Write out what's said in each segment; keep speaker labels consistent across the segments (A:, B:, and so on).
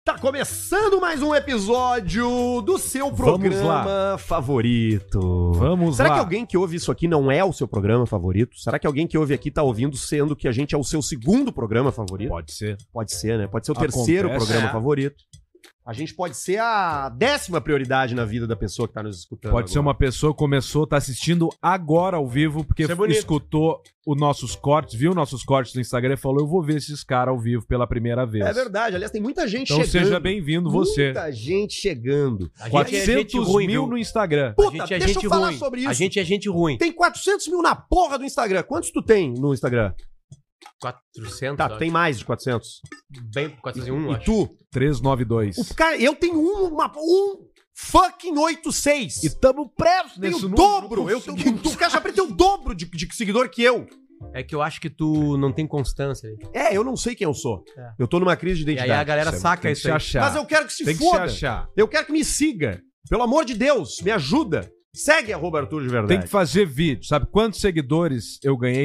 A: Tá começando mais um episódio do seu programa favorito.
B: Vamos lá.
A: Será que alguém que ouve isso aqui não é o seu programa favorito? Será que alguém que ouve aqui tá ouvindo sendo que a gente é o seu segundo programa favorito?
B: Pode ser.
A: Pode ser, né? Pode ser o terceiro programa favorito. A gente pode ser a 10ª prioridade na vida da pessoa que tá nos escutando.
B: Pode ser uma pessoa que começou, tá assistindo agora ao vivo, porque escutou os nossos cortes, viu nossos cortes no Instagram e falou, eu vou ver esses caras ao vivo pela primeira vez.
A: É verdade, aliás, tem muita gente
B: então
A: chegando.
B: Seja bem-vindo você.
A: Muita gente chegando.
B: 400 mil no Instagram.
A: Puta, deixa eu falar sobre isso.
C: A gente é gente ruim.
A: Tem 400 mil na porra do Instagram. Quantos tu tem no Instagram?
C: 400?
A: Tá, tu tem mais de 400.
C: Bem, 401,
A: E
C: acho.
A: tu?
B: 392.
A: Cara, eu tenho um fucking 86.
B: E tamo presos
A: Tenho
B: nesse
A: o
B: número.
A: dobro. O Caixa Preta tem o dobro de seguidor que eu.
C: É que eu acho que tu não tem constância.
A: Eu não sei quem eu sou.
C: É.
A: Eu tô numa crise de
C: E
A: identidade.
C: aí a galera saca
B: Tem que
C: isso
B: se
C: aí.
B: achar.
A: Mas eu quero que se
B: Tem que
A: foda.
B: se achar.
A: Eu quero que me siga. Pelo amor de Deus, me ajuda. Segue @Arthur de Verdade.
B: Tem que fazer vídeo. Sabe quantos seguidores eu ganhei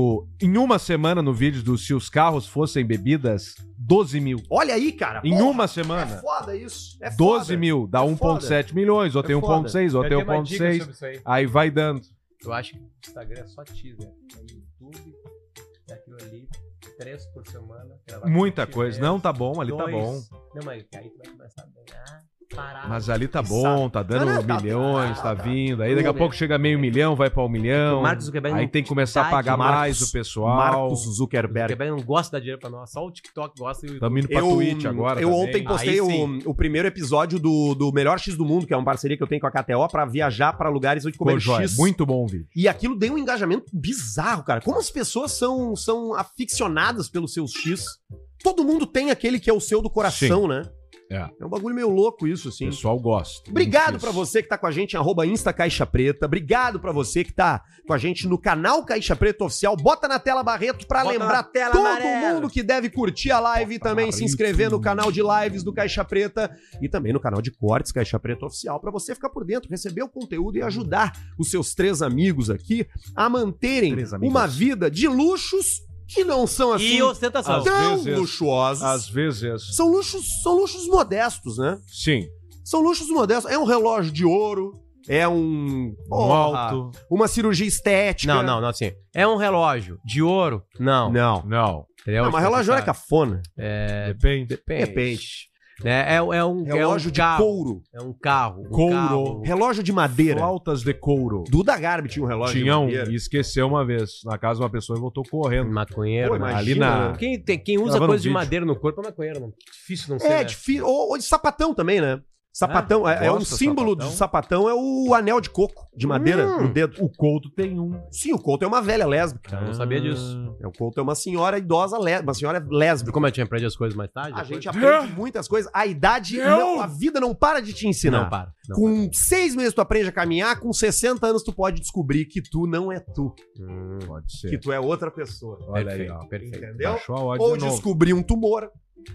B: em uma semana no vídeo do Se os Carros Fossem Bebidas? 12 mil.
A: Olha aí, cara.
B: Em uma semana.
A: É foda isso. É
B: 12
A: foda.
B: mil. Dá 1,7 milhões. Ou tem
A: foda.
B: 1,6, ou tem 1,6. Aí vai dando.
C: Eu acho que o Instagram é só teaser. É YouTube, é aquilo ali, 3 por semana.
B: Muita coisa. Não, tá bom, ali tá bom.
C: Não, mas aí tu vai começar a ganhar. Parado.
B: Mas ali tá bom, tá dando
A: Tá
B: milhões, tá vindo. Aí daqui a pouco chega meio milhão, vai pra 1 milhão.
C: O Mark Zuckerberg
B: Aí
C: não
B: tem que começar a
C: dá
B: pagar
C: dinheiro.
B: mais o pessoal.
A: Marcos
C: O
A: Zuckerberg.
C: Zuckerberg não gosta de dar dinheiro pra nós. Só o TikTok gosta e o
B: Tamo indo
C: YouTube.
B: pra Twitch agora
A: Eu
B: também.
A: ontem postei
C: Aí sim.
A: o primeiro episódio do Melhor X do Mundo, que é uma parceria que eu tenho com a KTO pra viajar pra lugares onde
B: Ficou
A: comer
B: jóia.
A: X.
B: Muito bom o vídeo.
A: E aquilo deu um engajamento bizarro, cara. Como as pessoas são aficionadas pelos seus X. Todo mundo tem aquele que é o seu do coração, né? É um bagulho meio louco isso,
B: O
A: assim.
B: pessoal gosta.
A: Obrigado
B: Muito
A: pra
B: disso.
A: você que tá com a gente em @InstaCaixaPreta. Obrigado pra você que tá com a gente no canal Caixa Preta Oficial. Bota na tela, Barreto, pra
C: Bota
A: lembrar
C: na tela,
A: todo
C: amarelo.
A: mundo que deve curtir a live e também se inscrever no canal de lives do Caixa Preta e também no canal de cortes Caixa Preta Oficial pra você ficar por dentro, receber o conteúdo e ajudar os seus 3 amigos aqui a manterem
B: 3 amigos.
A: uma vida de luxos que não são assim
C: E ostentação.
B: Às
A: tão
B: vezes-
A: luxuosos.
B: Às vezes.
A: São luxos modestos, né?
B: Sim.
A: São luxos modestos. É um relógio de ouro, é um
B: alto.
A: uma cirurgia estética.
C: Não, assim. É um relógio de ouro? Não.
A: Não.
B: Não.
C: Entendeu?
A: Não, mas relógio é cafona.
B: Depende.
A: Depende.
C: É um
A: Relógio de
C: carro.
A: couro.
C: É um carro.
B: Couro.
A: Relógio de madeira.
B: Flautas de couro.
A: Duda Garbi tinha um relógio
B: Tinha
A: de
B: um
A: madeira.
B: e esqueceu uma vez. Na casa de uma pessoa e voltou correndo.
C: Maconheiro.
A: Pô,
C: né?
A: imagina,
B: Ali na...
A: né?
C: Quem usa
B: Gravando
C: coisa de
B: vídeo.
C: madeira no corpo é maconheiro. Não. Difícil não ser,
A: É
C: né?
A: difícil. Ou de sapatão também, né? Sapatão. É um
B: Gosta,
A: símbolo
B: sapatão?
A: de sapatão, é o anel de coco, de madeira, no dedo.
B: O Couto tem um.
A: Sim, o Couto é uma velha lésbica.
C: Eu não sabia disso.
A: O Couto é uma senhora idosa, uma senhora lésbica.
C: Como a gente aprende as coisas mais tarde?
A: A
C: depois?
A: gente aprende muitas coisas. A idade, a vida não para de te ensinar.
C: Não para. Não
A: Com 6 meses tu aprende a caminhar, com 60 anos tu pode descobrir que tu não é tu,
B: Pode ser.
A: que tu é outra pessoa.
B: Olha aí,
C: Perfeito,
B: ó.
C: perfeito.
A: Entendeu?
B: Baixou a odd
A: Ou
B: de novo.
A: descobrir um tumor,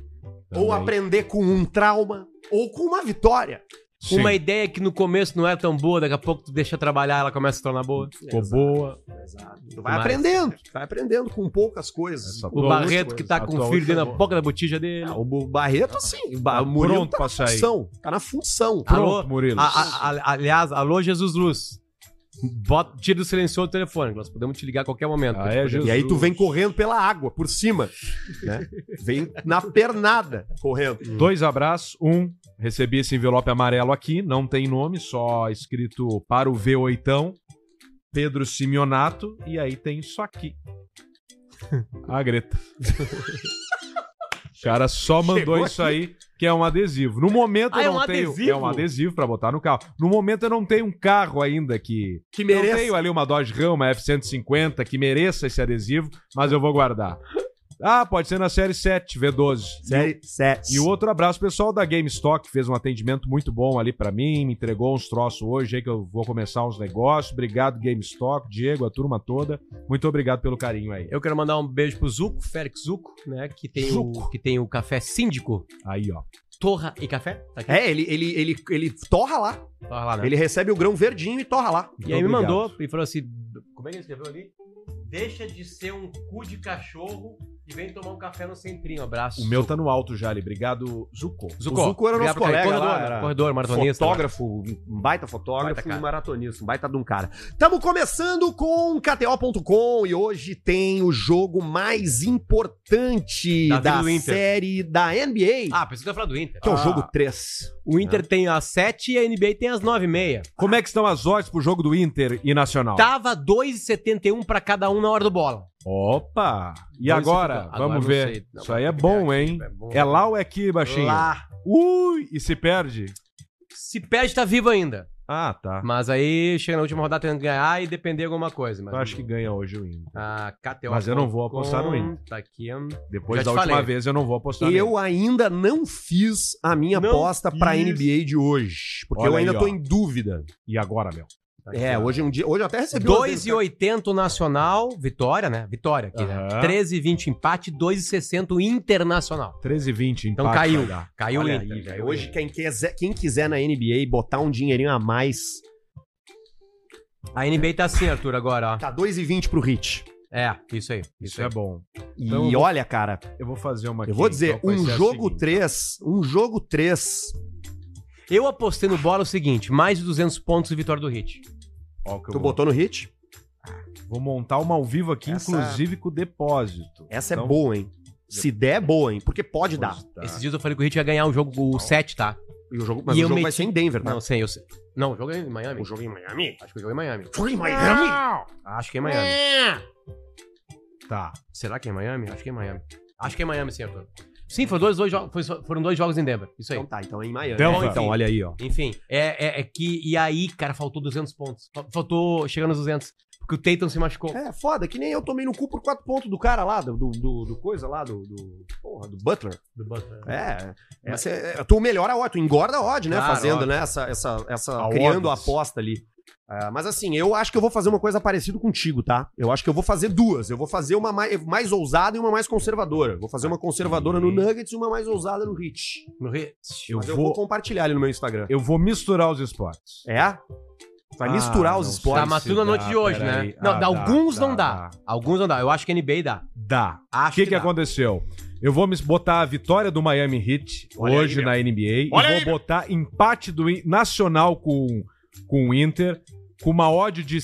A: ou
B: Também.
A: aprender com um trauma, ou com uma vitória.
B: Sim.
C: Uma ideia que no começo não é tão boa, daqui a pouco tu deixa trabalhar, ela começa a se tornar boa.
B: Ficou boa.
A: Tu vai
C: Mas-
A: aprendendo com poucas coisas.
B: Essa
C: O
B: tua
C: Barreto
B: última-
C: que tá
B: a
C: com
B: tua
C: o filho dentro
B: última-
C: da boca da botija dele.
A: O Barreto, assim, o
B: Tá
A: Murilo
B: pronto
A: tá
B: pra
A: na
B: sair.
A: função. Tá na função.
B: Pronto, Murilo.
C: Aliás, alô Jesus Luz. Tira o silencioso do telefone, nós podemos te ligar a qualquer momento.
B: Ah, é, Jesus.
A: E aí tu vem correndo pela água, por cima, né? Vem na pernada, correndo.
B: 2 abraços. Recebi esse envelope amarelo aqui. Não tem nome, só escrito para o V8. Pedro Simeonato. E aí tem isso aqui. A Greta. O cara só mandou
A: Chegou
B: isso aí, que é um adesivo. No momento
C: Ah,
B: eu
C: é
B: não
C: um
B: tenho...
C: adesivo?
B: É um adesivo pra botar no carro. No momento eu não tenho um carro ainda que...
A: Que
B: Eu
A: mereça.
B: tenho ali uma Dodge Ram, uma F-150, que mereça esse adesivo, mas eu vou guardar. Ah, pode ser na série 7, V12.
A: Série 7.
B: E o outro abraço, pessoal da GameStop, que fez um atendimento muito bom ali pra mim, me entregou uns troços hoje aí que eu vou começar uns negócios. Obrigado, GameStop, Diego, a turma toda. Muito obrigado pelo carinho aí.
C: Eu quero mandar um beijo pro Zuco, Félix Zuco, né? Que tem o café síndico.
B: Aí, ó.
C: Torra e café. Tá aqui.
A: É, ele torra lá.
C: Torra lá, né?
A: Ele recebe o grão verdinho e torra lá.
C: E aí me
B: Obrigado.
C: mandou e falou assim: como é que ele escreveu ali? Deixa de ser um cu de cachorro E vem tomar um café no centrinho, abraço.
B: O meu tá no alto já ali. Obrigado, Zuko.
A: O Zuko era nosso colega lá, era
C: corredor, maratonista.
A: Fotógrafo, um baita fotógrafo
C: Baita
A: e
C: cara.
A: maratonista, um baita de um cara. Estamos começando com KTO.com e hoje tem o jogo mais importante
C: Da vida
A: da
C: do Inter.
A: série da NBA,
C: Ah, pensei que ia falar do Inter.
A: que é o jogo 3.
C: O Inter tem às 7 e a NBA tem às 9h30.
B: Como é que estão as odds pro jogo do Inter e Nacional?
C: Tava 2,71 pra cada um na hora do bola.
B: Opa! E
C: Dois
B: agora?
C: setenta-
B: Vamos
C: agora não
B: ver.
C: sei. Não,
B: Isso aí é
C: vamos
B: bom,
C: ver
B: hein?
C: aqui, é bom.
B: É lá ou é aqui, baixinho?
C: Lá.
B: Ui! E se perde?
C: Se perde, tá vivo ainda.
B: Ah, tá.
C: Mas aí chega na última rodada tentando ganhar e depender de alguma coisa. Mas
B: Eu acho que ganha hoje o Inter.
C: a KTO.
B: Mas eu não vou apostar no Inter.
C: Tá aqui.
B: Depois
C: Já
B: da
C: te
B: última
C: falei.
B: vez eu não vou apostar
A: Eu
B: nele.
A: ainda não fiz a minha
C: Não
A: aposta pra
B: fiz.
A: NBA de hoje, porque
B: Olha
A: eu ainda
B: aí,
A: tô
B: ó.
A: em dúvida.
B: E agora, meu?
A: Hoje eu até recebi umas
C: 2,80 Nacional, Vitória, né? Vitória aqui, né?
B: Aham.
C: 13,20 empate, 2,60 Internacional.
B: 13,20,
C: Então
B: empate
C: caiu.
B: vai dar.
C: Caiu o
A: Olha
C: Inter.
A: aí, velho. Hoje quem quiser na NBA botar um dinheirinho a mais,
C: A NBA tá assim, Arthur, agora, ó.
A: tá 2,20 pro Hit.
C: É, isso aí.
B: Isso é bom.
A: E
B: Então eu vou-
A: olha, cara,
B: Eu vou fazer uma aqui.
A: eu vou dizer,
B: então vai ser a
A: jogo
B: seguinte.
A: 3,
C: Eu apostei no bola o seguinte, mais de 200 pontos de vitória do Hit.
B: Ó, o que eu
A: tu
B: vou-
A: botou no Hit?
B: Vou montar uma ao vivo aqui,
A: Essa-
B: inclusive com depósito.
A: Essa
B: Então,
A: é boa, hein? Se der, é boa, hein? Porque pode dar.
B: Tá.
C: Esses dias eu falei que o Hit ia ganhar o jogo, o 7, tá?
A: E o jogo, mas
C: E
A: o
C: eu
A: jogo
C: meti-
A: vai ser em Denver, tá?
C: Não, sei, eu sei. Não, o jogo é em Miami.
A: O jogo é em Miami?
C: Acho que o jogo é em Miami.
A: Jogo em Miami?
C: Acho que é em Miami.
B: Tá.
C: Será que é em Miami? Acho que é em Miami. Acho que é em Miami, sim, Arthur. Sim, foram dois jogos em Denver. Isso aí.
A: Então tá, então é em Miami.
B: Denver.
A: Então, olha aí, ó.
C: Enfim, é que... E aí, cara, faltou 200 pontos. Faltou chegando nos 200. Porque o Tatum se machucou.
A: É, foda, que nem eu tomei no cu por 4 pontos do cara lá, do coisa lá, do Butler.
C: Do Butler.
A: Tu melhora a odd, tu engorda a odd, né?
C: Claro,
A: fazendo,
C: óbvio.
A: né? Essa
B: A
A: criando a
B: odds.
A: aposta ali. Mas assim, eu acho que eu vou fazer uma coisa parecida contigo, tá? Eu acho que eu vou fazer duas. Eu vou fazer uma mais ousada e uma mais conservadora. Vou fazer uma conservadora no Nuggets e uma mais ousada no Hit.
C: No Hit.
B: Eu
A: Mas eu vou
B: vou,
A: compartilhar ali no meu Instagram.
B: eu vou misturar os esportes.
A: É? Vai misturar os
B: não
A: esportes.
C: Tá, mas tudo na noite de hoje, né?
B: peraí.
C: Não,
B: Ah,
C: alguns
B: dá,
C: não dá. Alguns não dá. Eu acho que a NBA dá.
B: Dá. O
C: Acho
B: que
C: dá.
B: aconteceu? Eu vou botar a vitória do Miami Heat
A: Olha aí,
B: hoje
A: meu.
B: na NBA
A: Olha
B: e
A: aí,
B: vou botar empate do Nacional com o Inter com uma odd de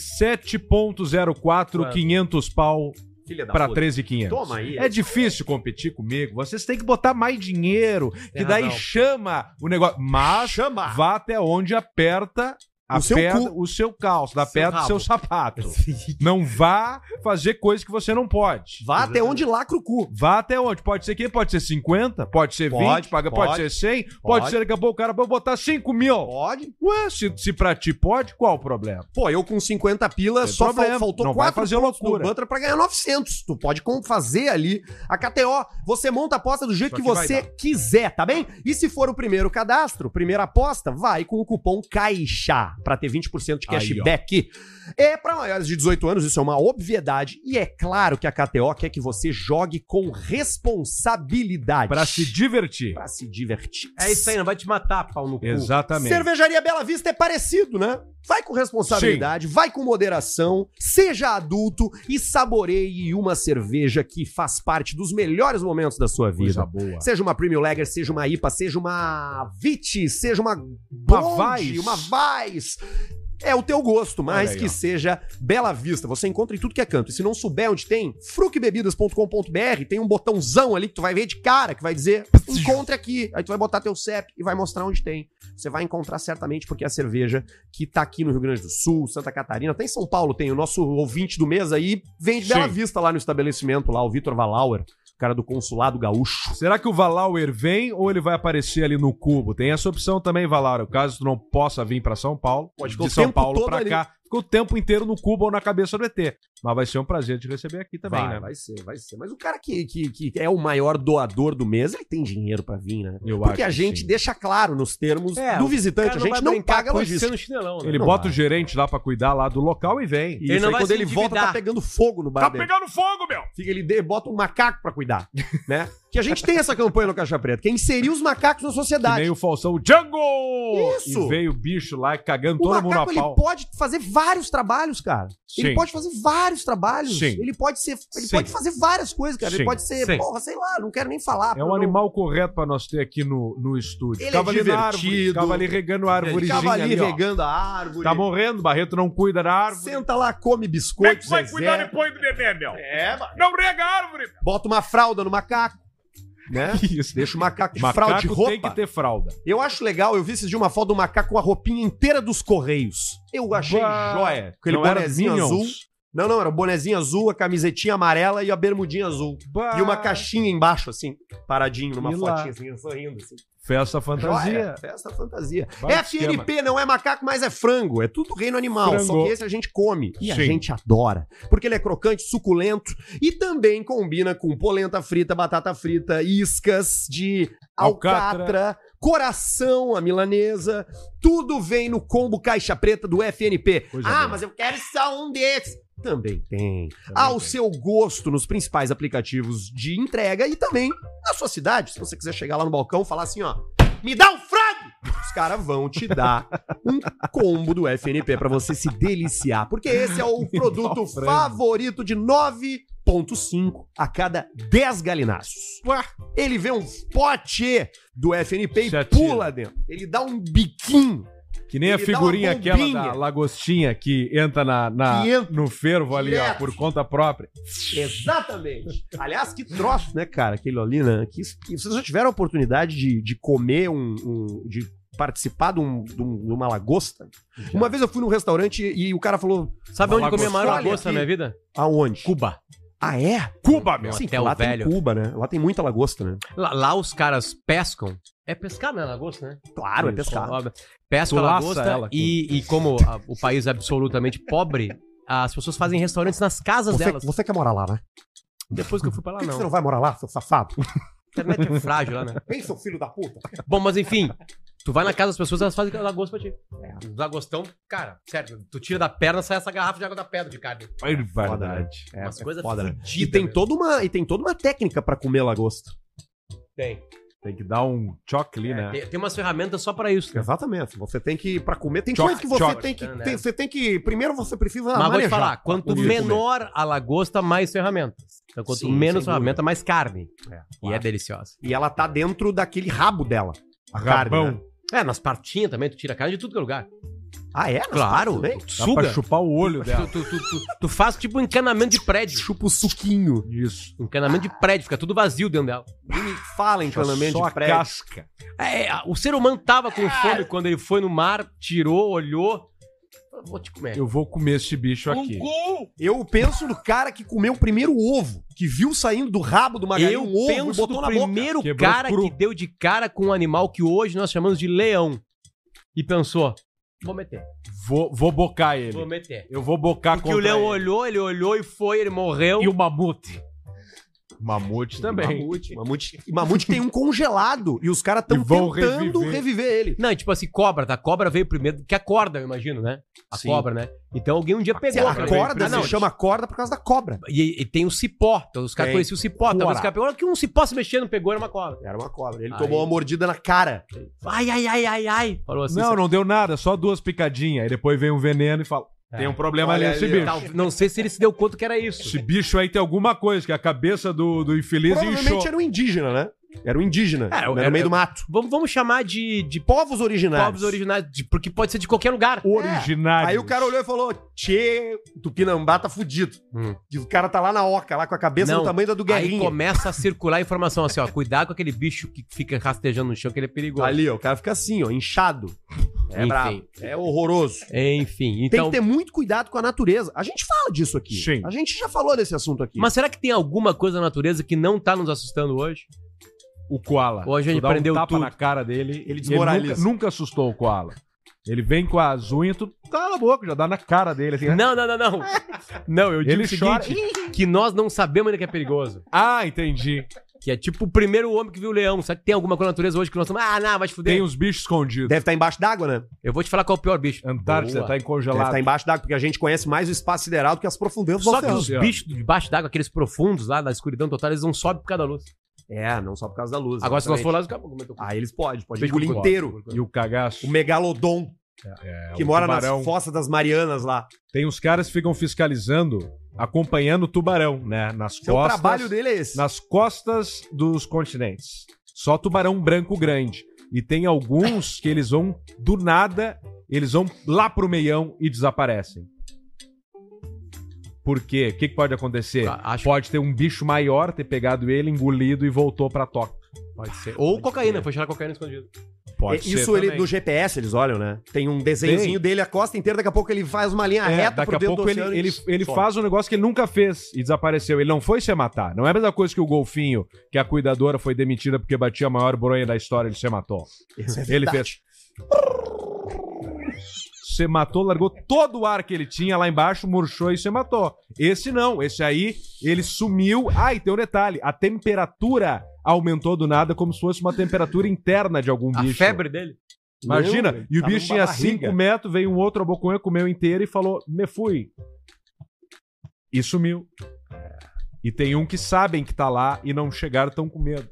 B: 7.04,
C: Quanto?
B: 500 pau
A: Filha da
B: pra
A: puta.
B: 13.500.
A: Toma aí.
B: É difícil competir comigo. Vocês têm que botar mais dinheiro, que daí
C: razão.
B: chama o negócio. Mas
A: Chama.
B: vá até onde aperta
A: O seu cu.
B: o seu calço, aperta o
C: rabo.
B: seu sapato. Não vá fazer coisas que você não pode.
A: Vá até onde lacra o cu.
B: Vá até onde? Pode ser que pode ser 50, pode ser 20,
A: Pode,
B: pode
A: pode.
B: ser 100, pode
A: Pode.
B: ser daqui a pouco o cara vai botar 5 mil.
A: Pode.
B: Ué, se pra ti pode, qual o problema?
A: Pô, eu com 50 pilas,
B: Tem
A: só
B: problema,
A: faltou
B: não vai
A: 4
B: fazer
A: pontos
B: loucura.
A: no Butler pra ganhar 900. Tu pode fazer ali a KTO. Você monta a aposta do jeito
B: Isso
A: que
B: aqui vai
A: você
B: dar.
A: quiser, tá bem? E se for o primeiro cadastro, primeira aposta, vai com o cupom CAIXA pra ter 20% de
B: Aí,
A: cashback. É pra maiores de 18 anos, isso é uma obviedade. E é claro que a KTO quer que você jogue com responsabilidade.
B: Pra se divertir.
A: Pra se divertir.
C: É isso aí, não vai te matar, pau no cu.
B: Exatamente.
A: Cervejaria Bela Vista é parecido, né? Vai com responsabilidade, vai com moderação, seja adulto e saboreie uma cerveja que faz parte dos melhores momentos da sua vida.
B: Coisa boa.
A: Seja uma Premium Lager, seja uma IPA, seja uma Vit, seja uma Blonde,
B: Weiss.
A: uma Weiss. É o teu gosto, mas
B: Olha aí,
A: que
B: ó.
A: seja Bela Vista. Você encontra em tudo que é canto. E se não souber onde tem, frucbebidas.com.br, tem um botãozão ali que tu vai ver de cara, que vai dizer, encontre aqui. Aí tu vai botar teu CEP e vai mostrar onde tem. Você vai encontrar certamente, porque é a cerveja que tá aqui no Rio Grande do Sul, Santa Catarina, até em São Paulo tem o nosso ouvinte do mês aí, vem de Bela
B: Sim.
A: Vista lá no estabelecimento, lá, o Vitor Valauer, o cara do Consulado Gaúcho.
B: Será que o Valauer vem ou ele vai aparecer ali no cubo? Tem essa opção também, Valauer. Caso tu não possa vir pra São Paulo,
A: Pode ficar
B: de
A: o
B: São
A: tempo
B: Paulo
A: todo
B: pra
A: ali.
B: cá, fica o tempo inteiro no cubo ou na cabeça do ET. Mas vai ser um prazer te receber aqui também,
A: vai,
B: né?
A: vai ser, vai ser. Mas o cara que é o maior doador do mês, ele tem dinheiro pra vir, né?
B: Eu
A: Porque
B: acho
A: a
B: que
A: gente
B: sim.
A: deixa claro nos termos
C: É,
A: do
C: o
A: visitante,
C: cara
A: a gente
C: vai
A: não
C: brincar
A: paga
C: com isso
A: logística.
C: sendo chinelão, né?
B: Ele
A: Não
B: bota
A: vai.
B: o gerente lá pra cuidar lá do local e vem.
A: Isso
C: Ele não
A: aí
C: vai
A: quando
C: se
A: ele volta, tá
C: endividar.
A: pegando fogo no bar dele.
B: pegando fogo, meu!
A: Fica, ele bota um macaco pra cuidar, né? que a gente tem essa campanha no Caixa Preta, que é inserir os macacos na
B: Que
A: sociedade.
B: nem o Falsão Django!
A: Isso.
B: E veio o bicho lá cagando
A: O
B: todo mundo
A: macaco,
B: a
A: ele
B: pau.
A: pode fazer vários trabalhos, cara. Ele
B: Sim.
A: pode fazer vários trabalhos.
B: Sim.
A: Ele pode ser, ele
B: Sim.
A: pode fazer várias coisas, cara.
B: Sim.
A: Ele pode ser,
B: Sim.
A: porra, sei lá, não quero nem falar.
B: É um animal correto pra nós ter aqui no estúdio.
A: Ele
B: Ficava
A: é
B: ali na árvore,
A: divertido.
B: ficava ali regando a árvorezinha
A: Ficava ali
B: ó.
A: regando a árvore.
B: Tá morrendo, Barreto não cuida da árvore.
A: Senta lá, come biscoito, Zezé.
B: depois do neném, meu?
A: É, mano.
B: Não rega a árvore.
A: Bota uma fralda no macaco, né?
B: Isso.
A: Deixa o macaco de
B: Macaco
A: fralda de roupa.
B: tem que ter fralda.
A: Eu acho legal, eu vi esses dias uma foto do macaco com a roupinha inteira dos Correios. Eu achei
B: Bah.
A: joia. Aquele
B: Não era
A: bonezinho
B: Minions?
A: azul. Não, era o bonezinho azul, a camisetinha amarela e a bermudinha azul.
B: Bah.
A: E uma caixinha embaixo, assim, paradinho, numa
B: E lá?
A: fotinha, assim, sorrindo, assim.
B: Festa fantasia.
A: Joia, festa fantasia.
B: Baita
A: FNP não é macaco, mas é frango. É tudo reino animal.
B: Frango.
A: Só que esse a gente come. E a
B: Sim.
A: gente adora. Porque ele é crocante, suculento e também combina com polenta frita, batata frita, iscas de alcatra, coração, a milanesa. Tudo vem no combo caixa preta do FNP.
B: Coisa boa.
A: Mas eu quero só um desses. Também tem. Ao seu gosto nos principais aplicativos de entrega e também na sua cidade. Se você quiser chegar lá no balcão e falar assim, ó, me dá um frango! Os caras vão te dar um combo do FNP pra você se deliciar. Porque esse é o produto
B: um frango.
A: favorito de 9,5 a cada 10 galináceos. Ele vê um pote do FNP e
B: Se atira.
A: pula dentro. Ele dá um biquinho.
B: Que nem a
A: Ele dá
B: figurinha
A: uma
B: aquela
A: bombinha.
B: da lagostinha que entra
A: Que entra
B: no fervo ali, ó,
A: direto.
B: por conta própria.
A: Exatamente. Aliás, que troço, né, cara? Aquilo ali, né? Que vocês já tiveram a oportunidade de comer de participar de uma lagosta? Uma vez eu fui num restaurante e o cara falou,
D: Sabe
B: Uma
D: onde eu comi a maior
A: lagosta
D: lagosta na minha vida?
A: aonde?
D: Cuba.
A: Ah, é?
B: Cuba, meu.
A: Sim,
D: Hotel
A: lá
D: velho.
A: tem Cuba, né? Lá tem muita lagosta, né?
D: Lá os caras pescam. É pescar, né? Lagosta, né?
A: Claro, é
B: Isso.
A: pescado.
D: Óbvio. Pesca
B: Tu
D: a
B: laça
D: lagosta
B: ela com-
D: e como o país é absolutamente pobre, as pessoas fazem restaurantes nas casas delas.
A: Você quer morar lá, né?
D: Depois que eu fui pra lá,
A: Por que você
D: não.
A: não vai morar lá, seu safado?
D: A internet é frágil lá, né?
A: Vem, seu filho da puta.
D: Bom, mas enfim, tu vai na casa das pessoas, elas fazem lagosta pra ti. Os lagostão, cara, sério, tu tira da perna, sai essa garrafa de água da pedra de carne.
B: É
A: Foda, né?
B: verdade.
A: É,
D: Umas
A: é
D: coisas
A: foda, né?
D: fudidas,
A: E tem
D: né?
A: toda uma técnica pra comer lagosta.
D: Tem.
B: Tem que dar um choque ali, né?
D: Tem umas ferramentas só pra isso. Né?
A: Exatamente. Você tem que, pra comer, tem
B: Choque,
A: coisa que você
B: choque.
A: tem que.
D: Né?
A: Você tem que. Primeiro você precisa.
D: Mas vou te
A: manejar
D: falar,
A: pra
D: quanto
A: conseguir
D: menor a lagosta, mais ferramentas. Então, quanto
A: Sim,
D: menos
A: sem
D: ferramenta, mais carne.
A: comer.
D: E
A: Claro.
D: é deliciosa.
A: E ela tá dentro daquele rabo dela. A
B: Rabão.
A: carne, né?
D: É, nas partinhas também, tu tira carne de tudo que é lugar.
A: Ah, é? Nas
D: Claro,
A: partes também?
D: tu
B: Dá pra
D: suga.
B: chupar o olho dela.
D: Tu faz tipo um encanamento de prédio.
A: Chupa o suquinho.
B: Isso.
D: Encanamento de prédio, fica tudo vazio dentro dela.
A: Nem me fala em encanamento
B: Só
A: de
B: a
A: prédio.
B: casca.
D: O ser humano tava com fome quando ele foi no mar, tirou, olhou. Falou, vou te comer.
B: Eu vou comer esse bicho aqui.
A: Eu penso no cara que comeu o primeiro ovo, que viu saindo do rabo do Magali
D: Eu
A: um ovo e
D: penso
A: botou
D: do
A: na boca.
D: primeiro
B: Quebrou
D: cara
B: cru.
D: que deu de cara com um animal que hoje nós chamamos de leão. E pensou, vou meter,
B: Vou bocar ele.
D: vou meter.
B: Eu vou bocar
D: Porque o leão ele olhou e foi, ele morreu.
B: E o mamute. Mamute também.
A: Mamute tem um congelado e os caras estão
B: E vão
A: tentando
B: reviver.
A: reviver ele.
D: Não, e tipo assim, cobra, tá? Cobra veio primeiro, que a corda, eu imagino, né? A
A: Sim.
D: cobra, né? Então alguém um dia pegou.
A: A
D: cara.
A: corda
D: Ah, não,
A: se chama corda por causa da cobra.
D: E tem o cipó. Então os caras
A: Tem.
D: conheciam o cipó. Talvez
A: Cora.
D: os caras pegou que um cipó se mexendo, pegou, era uma cobra.
A: Era uma cobra. Ele
D: Aí.
A: tomou uma mordida na cara.
D: Ai, ai, ai, ai, ai. Falou assim.
B: Não, não deu nada, só 2 picadinhas. Aí depois vem um veneno e fala: tem um problema
A: Olha
B: nesse
A: ali,
B: bicho.
D: Tal- não sei se ele se deu conta que era isso.
B: Esse bicho aí tem alguma coisa, que a cabeça do infeliz inchou.
A: Provavelmente era um indígena, né? Era um indígena.
D: É,
A: no
D: era-
A: meio do mato.
D: Vamos chamar de
A: Povos originários.
D: povos originais, porque pode ser de qualquer lugar.
B: Originário.
A: Aí o cara olhou e falou: Tchê, Tupinambá tá fudido. E o cara tá lá na oca, lá com a cabeça
D: Não,
A: do tamanho da do
D: Aí
A: Guerrinha.
D: começa a circular a informação assim, ó. Cuidado com aquele bicho que fica rastejando no chão, que ele é perigoso.
A: Ali, ó, o cara fica assim, ó, inchado. É
D: Enfim.
A: brabo. É horroroso.
D: Enfim,
A: Tem
D: então.
A: que ter muito cuidado com a natureza. A gente fala disso aqui.
B: Sim.
A: A gente já falou desse assunto aqui.
D: Mas será que tem alguma coisa na natureza que não tá nos assustando hoje?
B: O koala.
D: Hoje a gente
B: Tu dá
D: aprendeu
B: um tapa
D: tudo.
B: na cara dele,
A: Ele desmoraliza.
B: nunca assustou o koala. Ele vem com as unhas, tu cala a boca, já dá na cara dele assim. né?
D: Não. Não, eu digo
B: Ele
D: o seguinte, que nós não sabemos ainda que é perigoso.
B: Ah, entendi.
D: Que é tipo o primeiro homem que viu o leão. Será que tem alguma coisa na natureza hoje que nós estamos... Ah, não, vai te fuder.
B: Tem uns bichos escondidos.
A: Deve estar embaixo d'água, né?
D: Eu vou te falar qual é o pior bicho.
B: Antártida
D: Boa.
B: tá
A: Deve
B: congelado.
A: estar embaixo d'água, porque a gente conhece mais o espaço sideral do que as profundezas do
D: Só que
A: oceano.
D: os bichos debaixo d'água, aqueles profundos lá, da escuridão total, eles não sobem por causa da luz.
A: Não só por causa da luz.
D: Agora, se nós
A: exatamente.
D: for lá, os caras vão comer teu cu.
A: Aí eles podem
D: Peixe
A: engolir
D: com
A: inteiro.
B: E o cagaço.
A: O megalodon, que
B: o
A: mora
B: tubarão.
A: nas fossas das Marianas lá.
B: Tem uns caras que ficam fiscalizando, acompanhando o tubarão, né? Nas
A: O
B: costas.
A: trabalho dele é esse.
B: Nas costas dos continentes. Só tubarão branco grande. E tem alguns que eles vão, do nada, eles vão lá pro meião e desaparecem. Por quê? O que pode acontecer? Pode ter um bicho maior, ter pegado ele, engolido e voltou pra toca.
D: Pode ser. Ou cocaína, foi cheirar cocaína escondido.
B: Pode ser
A: Isso ele,
B: também.
A: no GPS eles olham, né? Tem um desenhozinho dele a costa inteira, daqui a pouco ele faz uma linha reta
B: daqui
A: pro
B: a
A: dentro
B: pouco
A: do oceano
B: ele
A: e some.
B: faz um negócio que ele nunca fez e desapareceu. Ele não foi se matar. Não é a mesma coisa que o golfinho, que a cuidadora foi demitida porque batia a maior bronha da história, ele se matou.
A: Isso é
B: Ele
A: verdade.
B: Se matou, largou todo o ar que ele tinha lá embaixo, murchou e se matou. Esse não, esse aí, ele sumiu. E tem um detalhe, a temperatura aumentou do nada como se fosse uma temperatura interna de algum bicho.
D: A febre dele.
B: Imagina,
A: Não,
B: e o
A: tava
B: bicho
A: numa
B: tinha
A: barriga.
B: 5 metros, veio um outro aboconha, comeu inteiro e falou, me fui. E sumiu. E tem um que sabem que tá lá e não chegaram, tão com medo.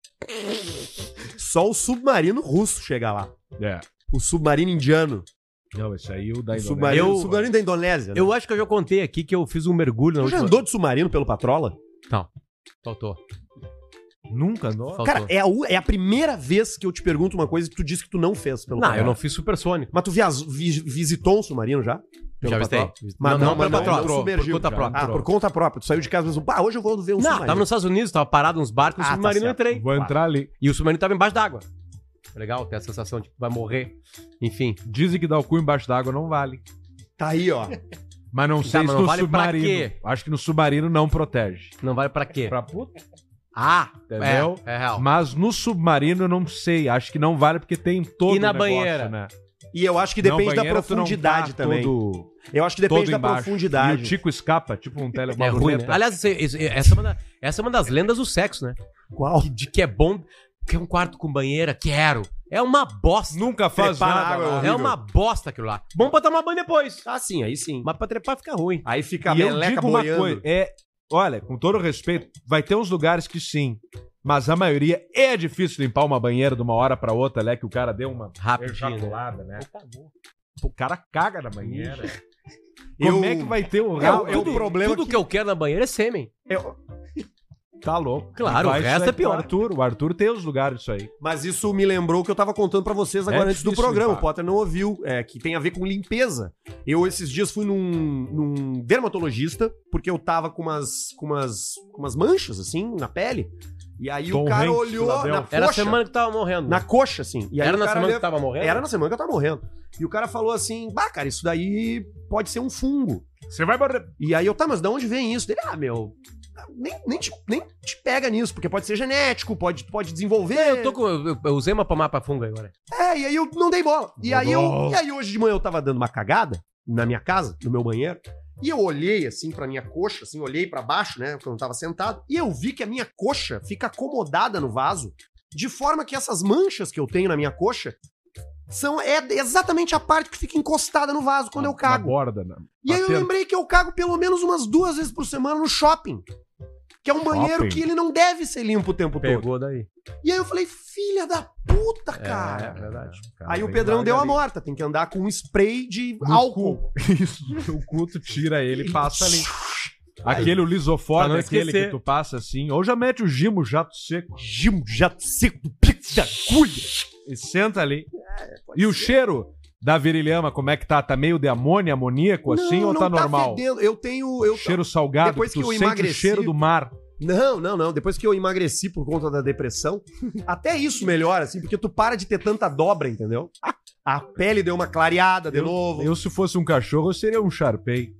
A: Só o submarino russo chega lá.
B: É.
A: O submarino indiano.
B: Não, esse aí o da
A: O
B: Indonésia.
A: submarino, submarino da Indonésia. Né?
D: Eu acho que eu já contei aqui que eu fiz um mergulho na
A: Tu já
D: última...
A: andou de submarino pelo Patrola?
D: Faltou.
B: Nunca andou?
D: Faltou.
A: Cara, é a primeira vez que eu te pergunto uma coisa que tu disse que tu não fez pelo
D: Não,
A: Patrola.
D: eu não fiz supersônico.
A: Mas tu visitou um submarino já? Pelo
D: Já visitei.
A: Patrola? Mas não,
D: pelo Patrola,
A: não submergiu.
D: por conta
B: Já.
D: própria.
A: Ah, por conta própria. Tu saiu de casa e pensou, hoje eu vou ver um
D: Não,
A: submarino.
D: tava nos Estados Unidos, tava parado uns barcos,
A: Ah,
D: no submarino
A: tá
D: eu entrei.
B: Vou entrar ali.
D: E o submarino tava embaixo d'água. Legal, tem a sensação de que vai morrer. Enfim.
B: Dizem que dar o cu embaixo d'água não vale.
A: Tá aí, ó.
B: Mas não sei
D: mas
B: se
D: não
B: no
D: vale pra
B: submarino.
D: quê?
B: Acho que no submarino não protege.
D: Não vale pra quê?
B: Pra puta?
D: Entendeu?
B: Entendeu?
D: É real.
B: Mas no submarino eu não sei. Acho que não vale porque tem todo
D: E na
B: o negócio,
D: banheira?
B: né?
A: E eu acho que depende
B: Não,
A: da
B: banheiro tu não
A: profundidade
B: tá
A: também.
B: todo-
A: Eu acho que depende
B: todo
A: da
B: embaixo.
A: profundidade.
B: E o Tico escapa, tipo um tele... uma
D: É ruim, né?
B: roleta.
D: Aliás, essa é uma das lendas do sexo, né?
A: Qual?
D: De que é bom, que é um quarto com banheira, quero. É uma bosta.
B: Nunca faz
A: Prepara
B: nada.
A: água,
B: lá.
A: é
D: É
A: horrível.
D: uma bosta aquilo lá. Bom pra tomar banho depois.
A: Ah, sim, aí sim.
D: Mas pra trepar fica ruim.
A: Aí fica a
B: E eu
A: meleca
B: digo uma
A: boiando.
B: coisa, olha, com todo respeito, vai ter uns lugares que sim, mas a maioria é difícil limpar uma banheira de uma hora pra outra, né, que o cara deu uma
D: Rapidinho, né?
B: ejaculada, né? O cara caga na banheira.
A: Eu-
B: Como é que vai ter o
A: É o-
B: rabo?
A: é o problema
D: Tudo que eu quero na banheira é sêmen.
B: Tá louco.
D: Claro,
B: Vai
D: o resto
B: isso aí
D: é pior.
B: pro Arthur. O Arthur tem os lugares disso aí.
A: Mas isso me lembrou o que eu tava contando pra vocês agora antes do
B: difícil
A: programa.
B: limpar.
A: O Potter não ouviu, que tem a ver com limpeza. Eu esses dias fui num dermatologista, porque eu tava com umas manchas, assim, na pele. E aí
B: Tom
A: o cara
B: Hanks,
A: olhou na
B: Philadelphia.
D: Era a
A: coxa.
D: semana que tava morrendo.
A: Na coxa, assim. E aí
D: Era
A: o
D: na
A: cara
D: semana
A: olhou-
D: que tava morrendo?
A: Era na semana que eu tava morrendo. E o cara falou assim, cara, isso daí pode ser um fungo.
B: Você vai morrer.
A: E aí eu, de onde vem isso? Ele, meu, nem te pega nisso, porque pode ser genético, pode desenvolver.
D: Eu usei uma pomada pra fungo agora.
A: E aí eu não dei bola. E aí hoje de manhã eu tava dando uma cagada na minha casa, no meu banheiro, e eu olhei assim pra minha coxa, assim, olhei pra baixo, né, porque eu não tava sentado, e eu vi que a minha coxa fica acomodada no vaso, de forma que essas manchas que eu tenho na minha coxa é exatamente a parte que fica encostada no vaso quando eu
B: Na
A: cago.
B: borda, né?
A: E aí eu
B: Batendo.
A: lembrei que eu cago pelo menos umas 2 vezes por semana no shopping. Que é um banheiro
B: Shopping?
A: que ele não deve ser limpo o tempo todo.
D: Pegou daí.
A: E aí eu falei, filha da puta, cara.
D: É verdade.
B: Cara,
A: Aí o
B: tem
A: Pedrão
B: vaga
A: deu a
B: ali.
A: morta, tem que andar com um spray de
B: No
A: álcool.
B: cu. Isso, o cu tu tira ele e passa ali. Aquele
D: Pra
B: lisoforme,
D: não
B: aquele
D: esquecer.
B: que tu passa assim, ou já mete o gimo jato seco
A: Gimo, jato seco do pico da agulha.
B: e senta ali. E o cheiro da virilhama, como é que tá? Tá meio de amônia, amoníaco assim, ou tá normal?
A: fedendo. Eu tenho...
B: Cheiro salgado,
A: Depois
B: que tu
A: que eu
B: sente
A: emagreci-
B: o cheiro do mar.
A: Não. Depois que eu emagreci por conta da depressão, até isso melhora, assim, porque tu para de ter tanta dobra, entendeu? A pele deu uma clareada de novo.
B: Eu, se fosse um cachorro, eu seria um Sharpei.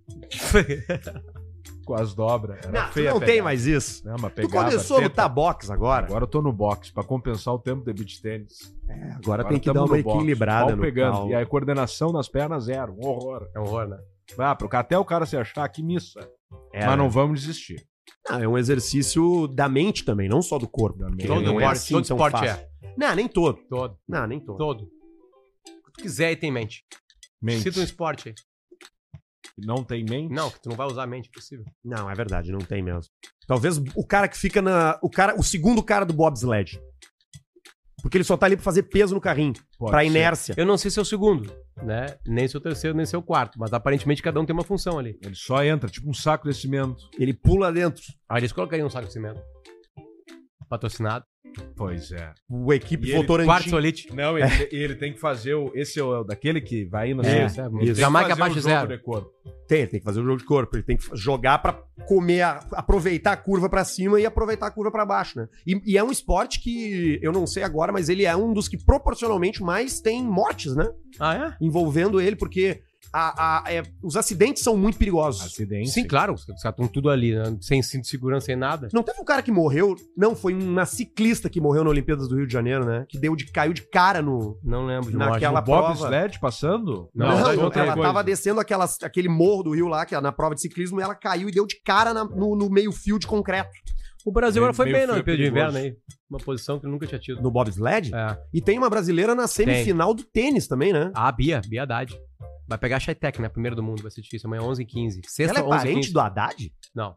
B: Com as dobras. Era
A: Não, tu
B: feia
A: não
B: a
A: tem
B: pegada.
A: mais isso.
B: Não, mas
A: Tu
B: pegava
A: começou a
B: teta.
A: lutar boxe agora.
B: Agora eu tô no boxe, pra compensar o tempo de beach tênis.
A: Agora tem que dar
B: tamo
A: uma
B: no boxe,
A: equilibrada
B: pau
A: no
B: pegando.
A: pau.
B: E aí coordenação nas pernas zero. Um horror.
D: É um horror, né?
B: Até o cara se achar, que missa.
A: É,
B: Mas não
A: né?
B: vamos desistir.
A: Não, é um exercício da mente também, não só do corpo.
B: Da mente.
A: Porque não é assim
D: todo
A: tão
D: esporte
A: fácil. Não, nem todo.
D: Todo.
A: Não, nem todo.
D: Todo. O que tu quiser e tem em mente.
B: Mente.
D: Cita um esporte aí.
B: Não tem mente?
D: Não, que tu não vai usar a mente, possível.
A: Não, é verdade, não tem mesmo. Talvez o cara que fica o segundo cara do bobsled. Porque ele só tá ali pra fazer peso no carrinho,
B: Pode
A: pra
B: ser.
A: inércia.
D: Eu não sei se é o segundo, né? Nem se é o terceiro, nem se é o quarto. Mas aparentemente cada um tem uma função ali.
B: Ele só entra, tipo um saco de cimento.
A: Ele pula dentro.
D: Aí eles colocariam um saco de cimento. Patrocinado.
B: Pois é.
A: O equipe
B: E ele-
A: Votorantim.
D: Quarto solite.
B: Não, ele tem que fazer o... Esse é o daquele que vai indo
D: É,
B: assim.
D: é,
B: Ele tem que
D: Jamaica
B: fazer o
D: abaixo
B: jogo
D: zero.
B: de corpo.
A: Ele tem que fazer o jogo de corpo. Ele tem que jogar pra comer, aproveitar a curva pra cima e aproveitar a curva pra baixo, né? E é um esporte que, eu não sei agora, mas ele é um dos que proporcionalmente mais tem mortes, né?
D: Ah, é?
A: Envolvendo ele, porque os acidentes são muito perigosos.
B: Acidente.
D: Sim, claro. Os caras estão tudo ali, né? Sem cinto de segurança, sem nada.
A: Não teve um cara que morreu? Não, foi uma ciclista que morreu na Olimpíadas do Rio de Janeiro, né? Que caiu de cara no...
D: Não lembro de
A: Naquela
B: O
A: prova.
B: bobsled passando?
D: Não,
A: Não,
D: não, outra
A: ela
B: coisa.
A: tava descendo aquele morro do Rio lá, que é na prova de ciclismo, e ela caiu e deu de cara no meio fio de concreto.
D: O Brasil agora foi
B: Meio
D: bem na
B: frio
D: Olimpíada de
B: perigoso.
D: Inverno aí. Uma posição que ele nunca tinha tido.
A: No bobsled?
D: É.
A: E tem uma brasileira na semifinal do tênis também, né?
D: Ah, Bia Haddad. Vai pegar a Chaitek, né? Primeiro do mundo, vai ser difícil. Amanhã 11h15. Sexta,
A: Ela é
D: 11h15.
A: parente do Haddad?
D: Não.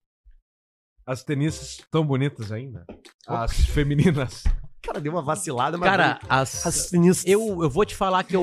B: As tenistas tão bonitas ainda. As femininas.
A: Cara, deu uma vacilada, mas...
D: Cara, eu vou te falar que eu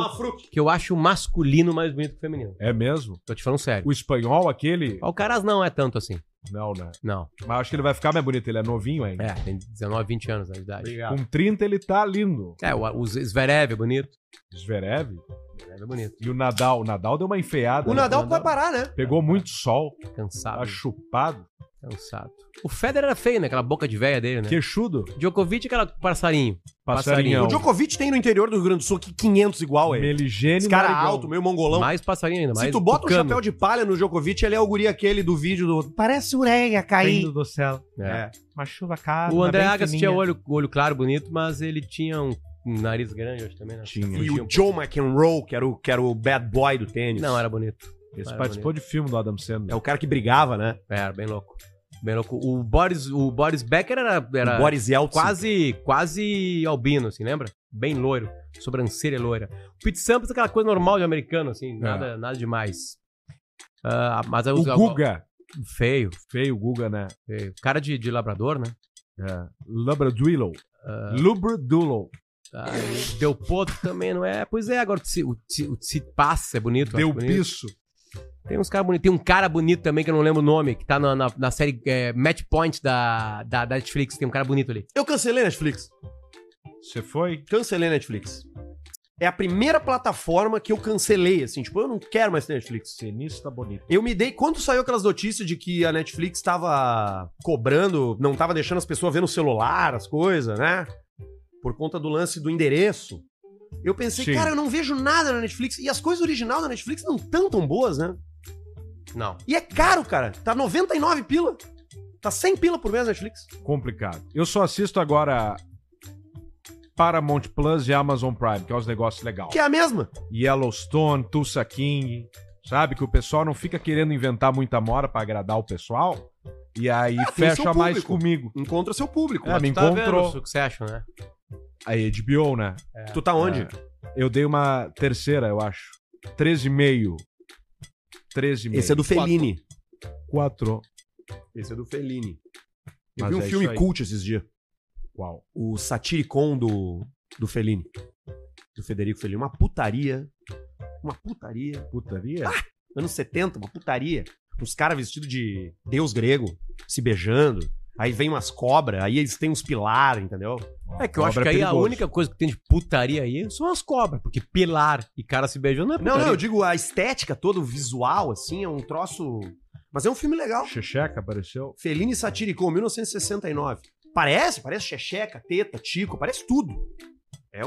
D: acho o masculino mais bonito que o feminino.
B: É mesmo?
D: Tô te falando sério.
B: O espanhol, aquele...
D: O Caras não é tanto assim.
B: Não, né?
D: Não.
B: Mas acho que ele vai ficar mais bonito. Ele é novinho ainda.
D: É, tem 19, 20 anos na idade.
B: Com 30 ele tá lindo.
D: É, o Zverev é bonito.
B: Zverev.
D: Zverev é bonito.
B: E o Nadal. O Nadal deu uma enfeiada.
A: O
B: né?
A: Nadal vai parar, né?
B: Pegou muito sol.
D: Cansado.
B: Tá chupado.
D: Cansado. O Federer era feio, né? Aquela boca de véia dele, né?
B: Queixudo.
D: Djokovic, aquela passarinho.
B: Passarinhão.
A: O Djokovic tem no interior do Rio Grande do Sul aqui 500 igual ele.
B: Meligene
A: Esse cara
B: narigão.
A: alto, meio mongolão.
D: Mais passarinho ainda.
A: Se
D: mais
A: tu bota um
D: tucano.
A: chapéu de palha no Djokovic, ele é o guri aquele do vídeo do... Parece ureia cair.
B: do céu.
D: É.
B: Uma chuva cara.
D: O André Agassi tinha olho claro, bonito, mas ele tinha um nariz grande, acho também, né?
B: Tinha.
A: E o Joe McEnroe, que era o bad boy do tênis.
D: Não, era bonito.
B: Esse
D: Era
B: participou de filme do Adam Sandler.
A: É o cara que brigava, né?
D: Era bem louco. Bem louco. O Boris Becker era
A: O Boris Yeltsin.
D: quase albino, assim, lembra? Bem loiro. Sobrancelha loira. O Pete Sampras é aquela coisa normal de americano, assim, nada demais. Mas
B: O Guga.
D: Feio,
B: Feio o Guga, né?
D: feio. Cara de labrador, né?
B: É. Lubradulo. Lubradulo.
D: Del Potro também não é. Pois é, agora o Tsitsipas é bonito. eu
B: Deu
D: acho bonito.
B: piso.
D: Tem uns caras bonitos. Tem um cara bonito também que eu não lembro o nome, que tá na série Match Point da Netflix. Tem um cara bonito ali.
A: Eu cancelei Netflix.
B: Você foi?
A: Cancelei Netflix. É a primeira plataforma que eu cancelei, assim. Tipo, eu não quero mais ter Netflix.
B: Tenista bonito.
A: Eu me dei... Quando saiu aquelas notícias de que a Netflix tava cobrando, não tava deixando as pessoas ver no celular as coisas, né? Por conta do lance do endereço. Eu pensei,
B: Sim.
A: cara, eu não vejo nada na Netflix. E as coisas original da Netflix não tão boas, né?
D: Não.
A: E é caro, cara. Tá 99 pila. Tá 100 pila por mês na Netflix.
B: Complicado. Eu só assisto agora Paramount Plus e Amazon Prime, que é uns negócios legais.
A: Que é a mesma.
B: Yellowstone, Tulsa King, sabe? Que o pessoal não fica querendo inventar muita mora pra agradar o pessoal. E aí
A: tem seu
B: fecha mais
A: público.
B: comigo.
A: Encontra seu público.
B: É, me
D: Tá
B: encontrou.
D: vendo o Succession, né?
B: A HBO, né?
A: Tu tá onde?
B: É. Eu dei uma terceira, eu acho. 13,5. 13,5.
A: Esse é do Fellini.
B: 4.
A: Esse é do Fellini. Eu
B: Mas
A: vi um
B: é
A: filme
B: isso aí.
A: cult esses dias.
B: Qual?
A: O Satiricon do Fellini. Do Federico Fellini. Uma putaria. Uma putaria.
B: Putaria?
A: Anos 70, uma putaria. Uns caras vestidos de deus grego, se beijando. Aí vem umas cobras, aí eles têm uns pilares, entendeu?
D: É que eu acho
B: Cobra
D: que aí
B: perigoso.
D: a única coisa que tem de putaria aí são as cobras. Porque pilar e cara se beijando não é putaria.
A: Não, eu digo a estética toda, o visual, assim, é um troço... Mas é um filme legal.
B: Xexeca apareceu.
A: Fellini Satiricon, 1969. Parece checheca, teta, tico, parece tudo. É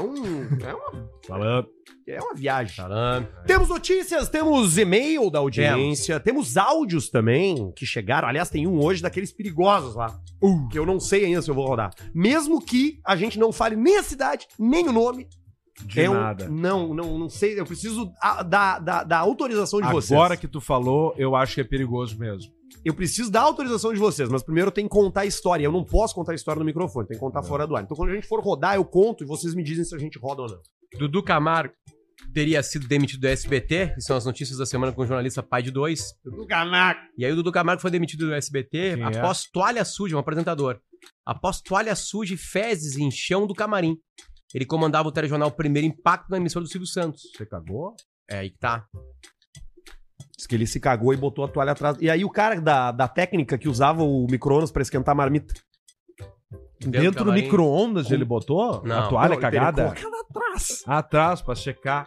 B: Falando.
A: uma viagem.
D: Caramba.
A: Temos notícias, temos e-mail da audiência, temos áudios também que chegaram. Aliás, tem um hoje daqueles perigosos lá, que eu não sei ainda se eu vou rodar. Mesmo que a gente não fale nem a cidade, nem o nome.
B: De nada.
A: Não sei, eu preciso da autorização de vocês.
B: Agora que tu falou, eu acho que é perigoso mesmo.
A: Eu preciso da autorização de vocês, mas primeiro eu tenho que contar a história. Eu não posso contar a história no microfone, tem que contar fora do ar. Então quando a gente for rodar, eu conto e vocês me dizem se a gente roda ou não.
D: Dudu Camargo. teria sido demitido do SBT, que são as notícias da semana com o jornalista pai de 2.
A: Do Camargo.
D: E aí o Dudu Camargo foi demitido do SBT
B: Quem
D: após toalha suja, um apresentador. Após toalha suja e fezes em chão do camarim. Ele comandava o telejornal Primeiro Impacto na emissora do Silvio Santos.
B: Você cagou?
D: É aí que tá.
A: Diz que ele se cagou e botou a toalha atrás. E aí o cara da técnica que usava o micro-ondas pra esquentar a marmita.
B: Dentro do
D: camarim.
B: micro-ondas ele botou?
D: Não.
B: A toalha
A: Não, ele
B: cagada?
A: colocava atrás.
B: Atrás, pra secar.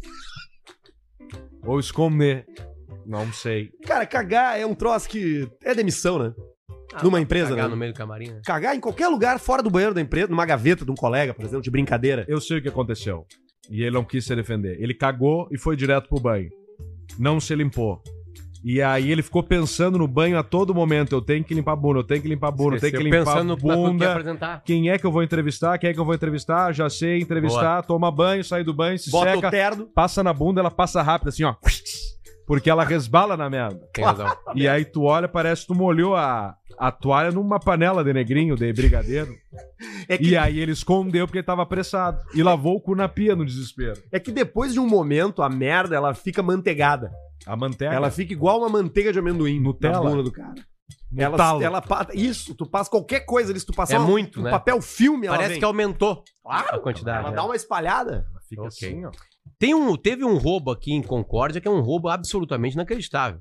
B: Ou esconder. Não sei.
A: Cara, cagar é um troço que é demissão, né? Numa empresa,
D: Cagar
A: né?
D: no meio do camarim, né?
A: Cagar em qualquer lugar fora do banheiro da empresa, numa gaveta de um colega, por exemplo, de brincadeira.
B: Eu sei o que aconteceu. E ele não quis se defender. Ele cagou e foi direto pro banho. Não se limpou. E aí ele ficou pensando no banho a todo momento. Eu tenho que limpar a bunda, eu tenho que limpar a bunda, eu tenho que
D: Esqueceu,
B: limpar a
D: pensando no que ia
B: bunda.
D: apresentar.
B: Quem é que eu vou entrevistar? Quem é que eu vou entrevistar? Já sei entrevistar. Toma banho, sai do banho, se
A: Bota
B: seca,
A: o terno.
B: passa na bunda, ela passa rápido assim, ó. Porque ela resbala na merda.
D: Tem razão.
B: E aí tu olha, parece que tu molhou a toalha numa panela de negrinho, de brigadeiro.
A: É que,
B: E aí ele escondeu porque ele tava apressado. E lavou o cu na pia no desespero.
A: é que depois de um momento, a merda, ela fica manteigada.
B: A manteiga.
A: Ela fica igual uma manteiga de amendoim
B: Nutella.
A: na bunda do cara.
B: no talo.
A: Isso, tu passa qualquer coisa ali, se tu passar
D: É muito, né?
A: papel filme, ela
D: Parece
A: vem.
D: que aumentou
A: Claro,
D: a quantidade.
A: ela
D: né?
A: dá uma espalhada.
B: Ela fica
D: Ok.
B: assim, ó.
D: Teve um roubo aqui em Concórdia que é um roubo absolutamente inacreditável.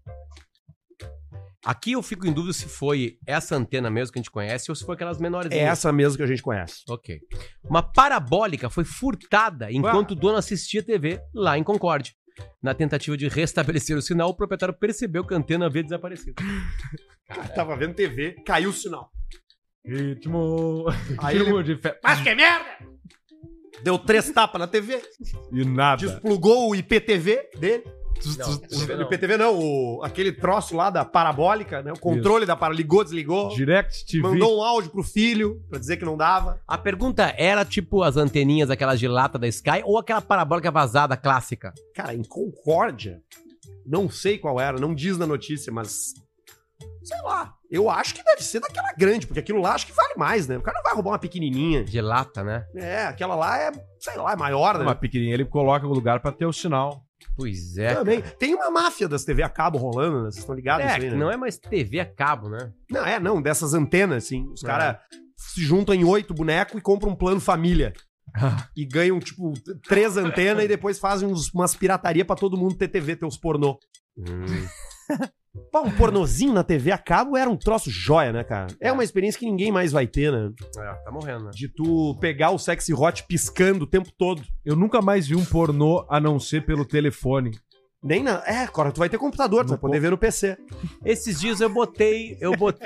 D: Aqui eu fico em dúvida se foi essa antena mesmo que a gente conhece ou se foi aquelas menores.
A: É essa mesmo que a gente conhece.
D: Ok. Uma parabólica foi furtada enquanto o dono assistia TV lá em Concórdia. Na tentativa de restabelecer o sinal, o proprietário percebeu que a antena havia desaparecido.
A: Tava vendo TV, caiu o sinal.
B: Ritmo.
A: Aí
B: Ritmo
A: ele-
B: de fé.
A: Mas que merda! Deu 3 tapas na TV,
B: E nada.
A: desplugou o IPTV dele.
D: Não,
A: O IPTV não, aquele troço lá da parabólica, né? O controle da parabólica. Ligou, desligou.
B: Direct TV.
A: Mandou um áudio pro filho pra dizer que não dava.
D: A pergunta era tipo as anteninhas, aquelas de lata da Sky, ou aquela parabólica vazada clássica?
A: Cara, em Concórdia, não sei qual era, não diz na notícia, mas. Sei lá. Eu acho que deve ser daquela grande, porque aquilo lá acho que vale mais, né? O cara não vai roubar uma pequenininha.
D: De lata, né?
A: É, aquela lá é, sei lá, é maior, né?
B: Uma pequenininha, ele coloca no lugar pra ter o sinal.
D: Pois é.
A: Também. Tem uma máfia das TV a cabo rolando, né? Vocês estão ligados nisso aí, né?
D: Não é mais TV a cabo, né?
A: Não, dessas antenas, assim. Os caras se juntam em 8 bonecos e compram um plano família. E ganham, tipo, 3 antenas e depois fazem umas pirataria pra todo mundo ter TV, ter os pornô. Pô, um pornozinho na TV a cabo era um troço joia, né, cara? É uma experiência que ninguém mais vai ter, né?
D: É, tá morrendo, né?
A: De tu pegar o sexy hot piscando o tempo todo.
B: Eu nunca mais vi um pornô a não ser pelo telefone.
A: Nem na... É, cara, tu vai ter computador, tu vai poder ver no PC.
D: Esses dias eu botei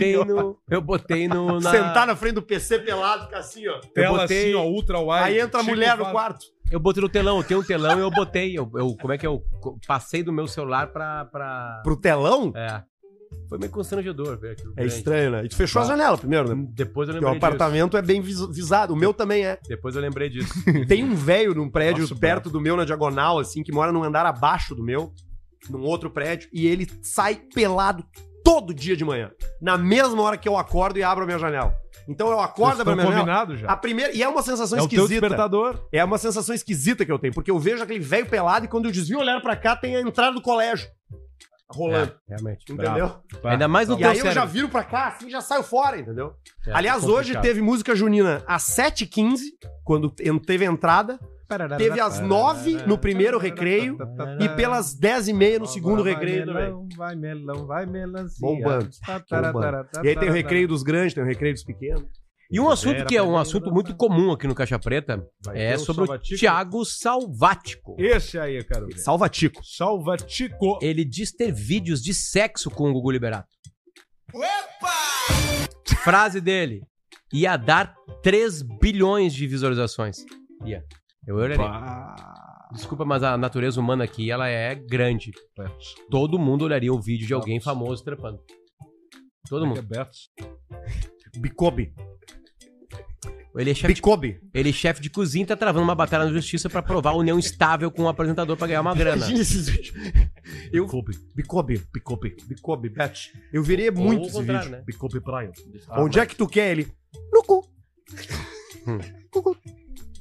D: no...
A: Sentar na frente do PC pelado, ficar assim, ó.
B: Tela
D: botei-
B: assim, ó, ultra wide.
A: Aí entra a
B: Chico
A: mulher no
B: faz-
A: quarto.
D: Eu botei no telão, eu tenho um telão e eu botei. Como é que eu passei do meu celular pra...
A: Pro telão?
D: É. Foi meio constrangedor ver aquilo.
A: É
D: grande.
A: estranho, né? E tu fechou a janela primeiro, né?
D: Depois eu
A: Porque o
D: lembrei disso.
A: apartamento é bem visado. O meu também é.
D: Depois eu lembrei disso.
A: Tem um velho num prédio
B: Nossa,
A: perto do meu, na diagonal, assim, que mora num andar abaixo do meu, num outro prédio, e ele sai pelado todo dia de manhã. Na mesma hora que eu acordo e abro a minha janela. Então eu acordo, abro a
B: Estão
A: minha janela.
B: combinado já.
A: A primeira, e é uma sensação
B: É o teu
A: esquisita.
B: despertador.
A: É uma sensação esquisita que eu tenho, porque eu vejo aquele velho pelado e quando eu desvio olhar pra cá, tem a entrada do colégio rolando.
D: Realmente.
A: Entendeu?
D: Ainda mais no
A: E
D: teu
A: aí eu já
D: cérebro.
A: viro pra cá, assim, já saio fora, entendeu?
D: É,
A: Aliás, hoje
B: complicado.
A: teve música junina às 7h15, quando teve entrada, teve às 9 no primeiro recreio e pelas 10h30 no segundo recreio também.
B: Vai melão, vai melancia.
A: Bombando. E aí tem o recreio dos grandes, tem o recreio dos pequenos.
D: E um assunto que é um assunto muito comum aqui no Caixa Preta
B: Vai
D: é
B: ter o
D: sobre o
B: Salvatico.
D: Thiago Salvático.
B: Esse aí eu quero ver.
A: Salvatico.
B: Salvatico.
D: Ele diz ter vídeos de sexo com o Gugu Liberato. Frase dele. Ia dar 3 bilhões de visualizações. Ia. Eu olharei. Desculpa, mas a natureza humana aqui, ela é grande. Todo mundo olharia o vídeo de alguém famoso trepando. Todo mundo.
A: Bicobi.
D: Ele é chefe de,
A: Bicobi.
D: ele é chefe de cozinha e tá travando uma batalha na justiça pra provar a união estável com o apresentador pra ganhar uma grana.
A: Imagina esses vídeos. Bicobi. Bicobi, Bet. Eu veria muito
D: Ou o
A: esse
D: contrário,
A: vídeo.
D: né?
B: Bicobi praia.
A: Onde é que tu quer ele? No cu.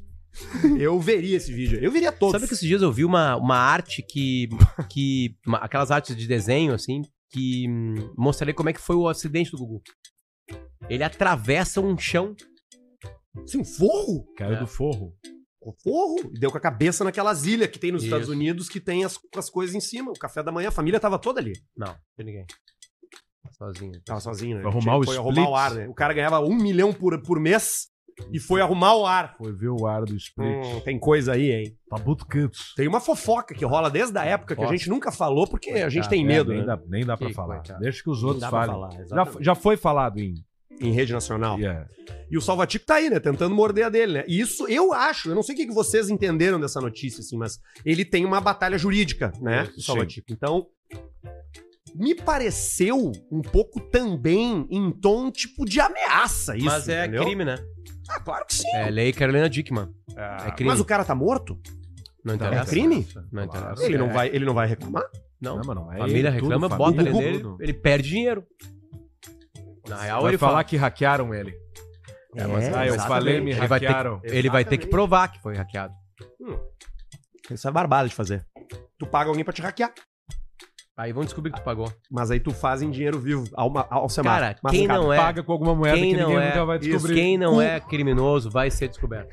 A: Eu veria esse vídeo. Eu veria todos.
D: Sabe que esses dias eu vi uma arte aquelas artes de desenho, assim, que mostraria como é que foi o acidente do Gugu. Ele atravessa um chão.
A: Sim, um forro?
B: Caiu do forro.
A: Um forro? E deu com a cabeça naquelas ilhas que tem nos
D: Isso.
A: Estados Unidos, que tem as coisas em cima. O café da manhã, a família tava toda ali.
D: Não, não tem ninguém. Sozinho.
A: Tava sozinho, né?
B: Foi arrumar o
A: Foi
B: split.
A: arrumar o ar, né? O cara ganhava 1 milhão por mês e foi arrumar o ar.
B: Foi ver o ar do split.
A: Tem coisa aí, hein?
B: Tá Bootcuts.
A: Tem uma fofoca que rola desde a época que a gente nunca falou porque a gente tem medo,
B: nem
A: né?
B: Nem dá pra
D: Que
B: falar.
D: coitado.
B: Deixa que os
A: Nem
B: outros
A: dá pra
B: falem.
A: falar, exatamente.
B: Já foi falado em...
A: Em rede nacional.
B: Yeah.
A: E o Salvatico tá aí, né? Tentando morder a dele, né? E isso eu acho, eu não sei o que vocês entenderam dessa notícia, assim, mas ele tem uma batalha jurídica, né? O Salvatico. Então, me pareceu um pouco também em tom tipo de ameaça isso,
D: Mas é
A: entendeu?
D: crime, né?
A: Ah, claro que sim.
D: É lei Carolina Dickmann. É crime.
A: Mas o cara tá morto?
D: Não interessa.
A: É crime?
D: Não interessa.
A: Ele não vai reclamar?
D: Não.
B: Não,
D: A família
B: tudo,
D: reclama,
B: família,
D: bota ali
B: tudo.
D: nele, ele perde dinheiro. Na real,
B: Vai
D: ele
B: falar
D: fala
B: que hackearam ele.
A: É,
B: eu
A: exatamente.
B: falei, me
D: Ele vai ter
B: hackearam.
D: Ele vai ter que provar que foi hackeado.
A: Isso é barbada de fazer. Tu paga alguém pra te hackear,
D: Aí vão descobrir que tu pagou.
A: mas aí tu faz em dinheiro vivo, ao semáforo.
D: Cara,
A: Mas,
D: quem
A: cara,
D: não é...
B: Paga com alguma moeda
D: Quem
B: que
D: não
B: ninguém
D: é-
B: nunca vai descobrir.
D: Quem não é criminoso vai ser descoberto.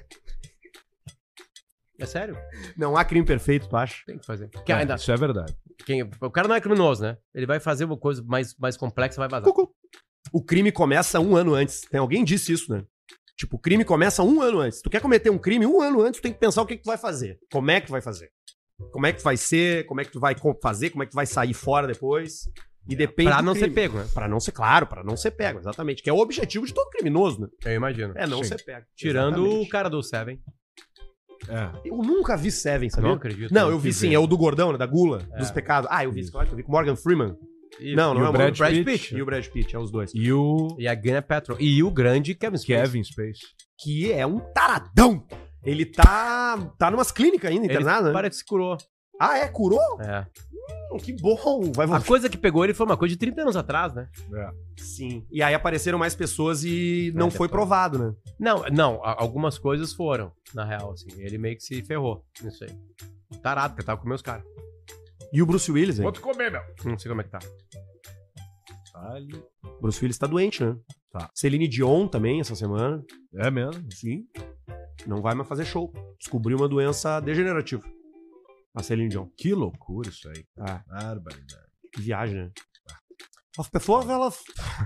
D: É sério?
A: Não há crime perfeito, tu acha?
D: Tem que fazer.
B: É, isso é verdade.
D: O cara não é criminoso, né? Ele vai fazer uma coisa mais complexa e vai vazar.
A: Cucu. O crime começa 1 ano antes. Tem alguém disse isso, né? Tipo, o crime começa 1 ano antes. Tu quer cometer um crime 1 ano antes, tu tem que pensar o que tu vai fazer. Como é que tu vai fazer? Como é que tu vai ser? Como é que tu vai fazer? Como é que tu vai sair fora depois? E depende
D: Pra
A: do
D: não
A: crime.
D: ser pego, né?
A: Pra não ser, claro, pra não ser pego, exatamente. Que é o objetivo de todo criminoso, né?
D: Eu imagino.
A: É não
B: Sim.
A: ser pego.
D: Tirando
A: Exatamente.
D: o cara do Seven.
B: É.
A: Eu nunca vi Seven, sabia?
D: Não acredito.
A: Não, eu vi
B: que
A: sim,
B: ver.
A: é o do gordão, né? Da gula,
D: É.
A: dos pecados. Ah, eu vi,
B: Isso.
A: claro que eu vi com Morgan Freeman.
D: E,
A: Não,
B: E
A: não é
B: o
A: o
B: Brad
A: Morgan
B: Pitt.
D: Pitt.
A: E o Brad Pitt, é os dois.
B: E o
D: e a Gwyneth Paltrow. E o grande Kevin Spacey.
B: Kevin Space.
A: Que é um taradão. Ele tá numas clínicas ainda,
D: Ele
A: internado, né?
D: parece que se curou.
A: Ah, é? Curou?
D: É.
A: Que bom. Vai
D: A
A: voltar.
D: coisa que pegou ele foi uma coisa de 30 anos atrás, né?
A: Sim. E aí apareceram mais pessoas e não foi
D: depois.
A: provado, né?
D: Não, algumas coisas foram, na real, assim. Ele meio que se ferrou nisso aí. Tarado, porque tava com meus caras.
A: E o Bruce Willis, hein?
B: Vou te comer, meu.
D: Não sei como é que tá.
A: O Bruce Willis tá doente, né?
B: Tá.
A: Celine Dion também, essa semana.
B: É mesmo?
A: Sim. Não vai mais fazer show. Descobriu uma doença degenerativa. A Celine Dion.
B: Que loucura isso aí.
A: Ah,
B: Barbaridade.
A: que viagem, né? As pessoas, elas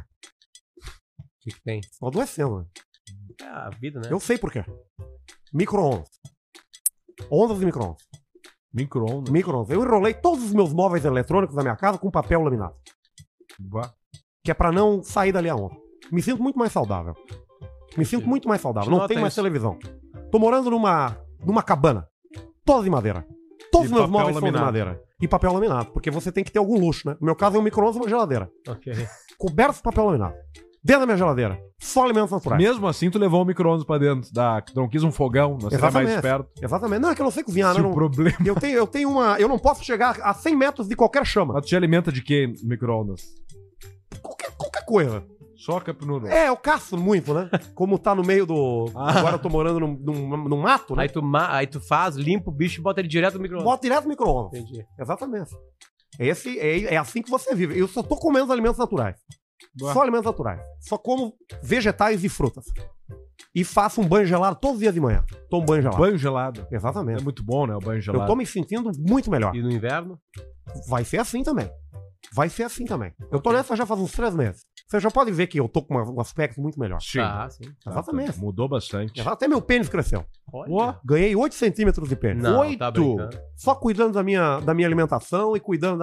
D: O que tem?
A: estão adoecendo, né?
D: É a vida, né?
A: Eu sei por quê. Micro-ondas. Ondas de micro-ondas.
B: Micro-ondas.
A: Micro-ondas. Eu enrolei todos os meus móveis eletrônicos da minha casa com papel laminado.
B: Bah.
A: Que é pra não sair dali a onda. Me sinto muito mais saudável. Me sinto muito mais saudável. Não
D: Nota
A: tenho mais
D: isso.
A: televisão. Tô morando numa cabana. Toda de madeira. Todos
B: E
A: os meus
B: papel
A: móveis são de
B: laminado.
A: madeira. E papel laminado. Porque você tem que ter algum luxo, né? No meu caso é um micro-ondas e uma geladeira.
D: Ok.
A: Coberto de papel laminado. Dentro da minha geladeira. Só alimentos naturais.
B: Mesmo assim, tu levou o micro-ondas pra dentro. Tu não quis um fogão, não será mais perto.
A: Exatamente. Não, é que eu não sei cozinhar,
B: Se
A: né?
B: o
A: Eu não-
B: problema...
A: Eu tenho uma. Eu não posso chegar a 100 metros de qualquer chama.
B: Mas tu te alimenta de quê no micro-ondas?
A: Qualquer coisa.
B: Só cup noodle.
A: É, eu caço muito, né? Como tá no meio do. Agora eu tô morando num mato, né?
D: Aí tu faz, limpa o bicho e bota ele direto no micro-ondas.
A: Bota direto no micro-ondas.
D: Entendi.
A: Exatamente. É assim que você vive. Eu só tô comendo alimentos naturais.
B: Boa.
A: Só alimentos naturais. Só como vegetais e frutas. E faço um banho gelado todos os dias de manhã. Tomo banho gelado.
B: Banho gelado.
A: Exatamente.
B: É muito bom, né? O banho gelado.
A: Eu tô me sentindo muito melhor.
D: E no inverno?
A: Vai ser assim também. Vai ser assim também. Eu tô nessa já faz uns 3 meses. Você já pode ver que eu tô com um aspecto muito melhor.
B: Sim.
D: Tá, sim.
A: Exatamente.
B: Mudou bastante.
A: Até meu pênis cresceu.
D: Olha.
A: Ganhei 8 centímetros de pênis.
D: Não,
A: 8!
D: tá brincando.
A: Só cuidando da minha alimentação e cuidando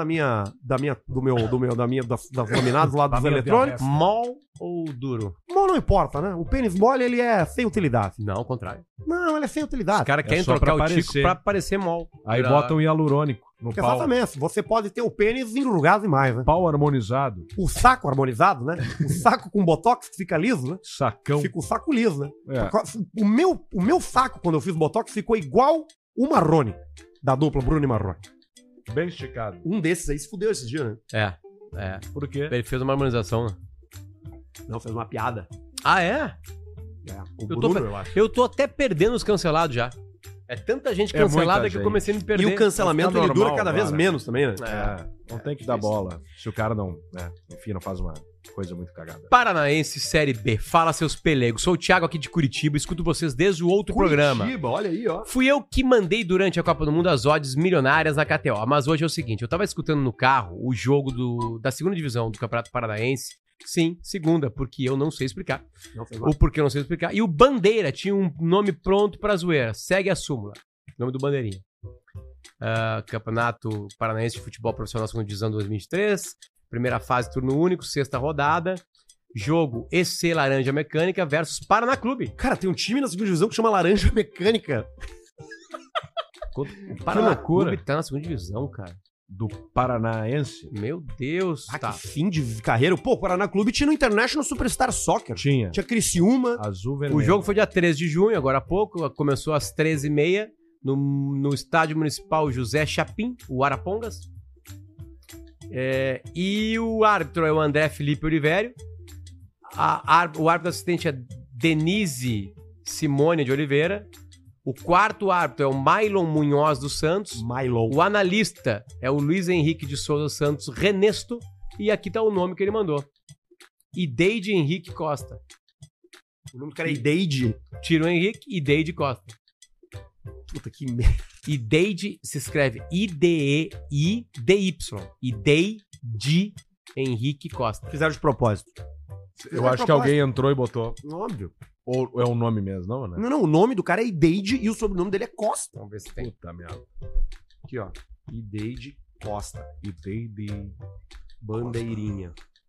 A: das laminadas lá dos
B: minha
A: eletrônicos.
D: Mol ou duro?
A: Mas não importa, né? O pênis mole, ele é sem utilidade.
D: Não, ao contrário.
A: Não, ele é sem
D: Os
A: utilidade.
D: caras querem
B: só
D: trocar
B: pra
D: o tico
B: aparecer.
D: pra parecer mol.
B: Aí
D: Virar-
B: botam hialurônico no pau.
A: Exatamente. Você pode ter o pênis enrugado demais, né?
B: Pau harmonizado.
A: O saco harmonizado, né? O saco com botox que fica liso, né?
B: Sacão.
A: Fica o saco liso, né?
B: É.
A: O meu saco, quando eu fiz botox, ficou igual o Marrone, da dupla Bruno e Marrone.
B: Bem esticado.
A: Um desses aí se fudeu esses dias, né?
D: É.
B: Por quê?
D: Ele fez uma harmonização, né?
A: Não, fez uma piada.
D: Ah, é?
A: É, o
D: Eu
A: Bruno,
D: tô-
A: eu acho.
D: Eu tô até perdendo os cancelados já. É tanta gente
B: É
D: cancelada
B: muita
D: que eu
B: gente.
D: comecei a me perder.
A: E o cancelamento
B: Vai
A: ele
B: ficar
A: dura
B: normal
A: cada vez
B: agora.
A: menos também, né?
B: Não tem que dar bola. Se o cara não, né, enfim, não faz uma coisa muito cagada.
D: Paranaense Série B. Fala, seus pelegos. Sou o Thiago aqui de Curitiba. Escuto vocês desde o outro programa.
A: Curitiba, olha aí, ó.
D: Fui eu que mandei durante a Copa do Mundo as odds milionárias na KTO. Mas hoje é o seguinte, eu tava escutando no carro o jogo da segunda divisão do Campeonato Paranaense. Sim, segunda, porque eu não sei explicar.
A: Não, foi mal.
D: Ou porque eu não sei explicar. E o Bandeira tinha um nome pronto pra zoeira. Segue a súmula. Nome do Bandeirinha. Campeonato Paranaense de Futebol Profissional Segunda Divisão 2023. Primeira fase, turno único, sexta rodada. Jogo EC Laranja Mecânica versus Paraná Clube.
A: Cara, tem um time na segunda divisão que chama Laranja Mecânica.
D: O Paraná
B: loucura.
D: Clube tá na segunda divisão, cara.
B: Do Paranaense?
D: Meu Deus.
A: Ah,
D: Tá.
A: que fim de carreira. Pô, o Paraná Clube tinha no International Superstar Soccer.
B: Tinha.
A: Tinha Criciúma.
B: Azul, vermelho.
D: O jogo foi dia 13 de junho, agora há pouco. Começou às 13h30 no Estádio Municipal José Chapim, o Arapongas. E o árbitro é o André Felipe Olivério. O árbitro assistente é Denise Simone de Oliveira. O quarto árbitro é o Mailon Munhoz dos Santos.
A: Mylon.
D: O analista é o Luiz Henrique de Souza Santos Renesto. E aqui tá o nome que ele mandou. Ideide Henrique Costa.
A: O nome do cara é Ideide.
D: Tiro Henrique e Deide Costa.
A: Puta que merda.
D: Ideide se escreve I-D-E-I-D-Y. Ideide Henrique Costa.
A: Fizeram de propósito.
B: Eu acho que alguém entrou e botou.
A: Óbvio.
B: Ou é um nome mesmo, não, né?
A: Não, o nome do cara é Ideide e o sobrenome dele é Costa.
D: Vamos ver se tem.
B: Puta merda.
A: Aqui, ó. Ideide Costa.
B: E Baby.
A: Bandeirinha.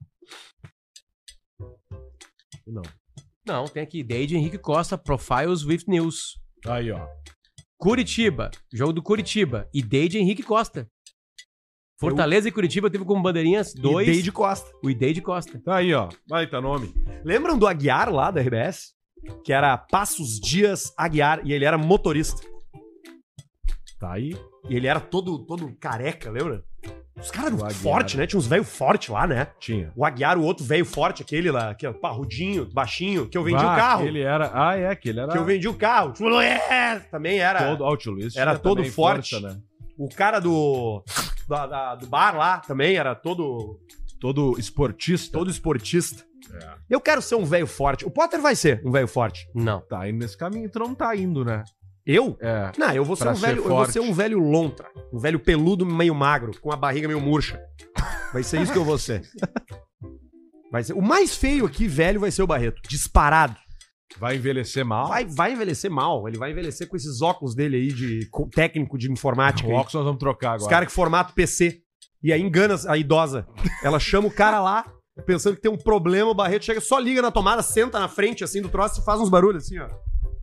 B: Não.
D: Não, tem aqui. Ideide Henrique Costa, Profiles with News.
B: Aí, ó.
D: Curitiba. Jogo do Curitiba. Ideide Henrique Costa. Fortaleza e Curitiba teve como bandeirinhas dois.
A: Ideide Costa.
D: O Ideide Costa.
B: Tá aí, ó. Vai, tá nome.
A: Lembram do Aguiar lá da RBS? Que era Passos Dias Aguiar e ele era motorista.
B: Tá aí.
A: E ele era todo careca, lembra? Os caras
B: O
A: eram
B: Aguiar.
A: fortes, né? Tinha uns velhos fortes lá, né?
B: Tinha.
A: O Aguiar, o outro velho forte, aquele lá, que é parrudinho, baixinho, que eu vendi o carro.
B: Ele era. Ah, é, que ele era.
A: Que eu vendi o carro. Tipo, também era.
B: Todo Outlist.
A: Era
B: tinha
A: todo
B: também
A: forte.
B: força, né?
A: O cara do bar lá também era todo
B: Todo esportista.
A: esportista.
B: É.
A: Eu quero ser um velho forte. O Potter vai ser um velho forte.
D: Não.
B: Tá indo nesse caminho, então não tá indo, né?
A: Eu?
B: É.
A: Não, eu vou ser
B: Pra
A: um
B: ser
A: velho, eu vou
B: forte.
A: ser um velho lontra, um velho peludo meio magro, com a barriga meio murcha. Vai ser isso que eu vou ser. Vai ser. O mais feio aqui, velho, vai ser o Barreto, disparado.
B: Vai envelhecer mal.
A: Vai envelhecer mal, ele vai envelhecer com esses óculos dele aí de técnico de informática.
B: O
A: aí.
B: óculos nós vamos trocar
A: Os
B: agora.
A: caras que formatam PC. E aí engana a idosa. Ela chama o cara lá, pensando que tem um problema, o Barreto chega, só liga na tomada, senta na frente assim do troço e faz uns barulhos assim, ó.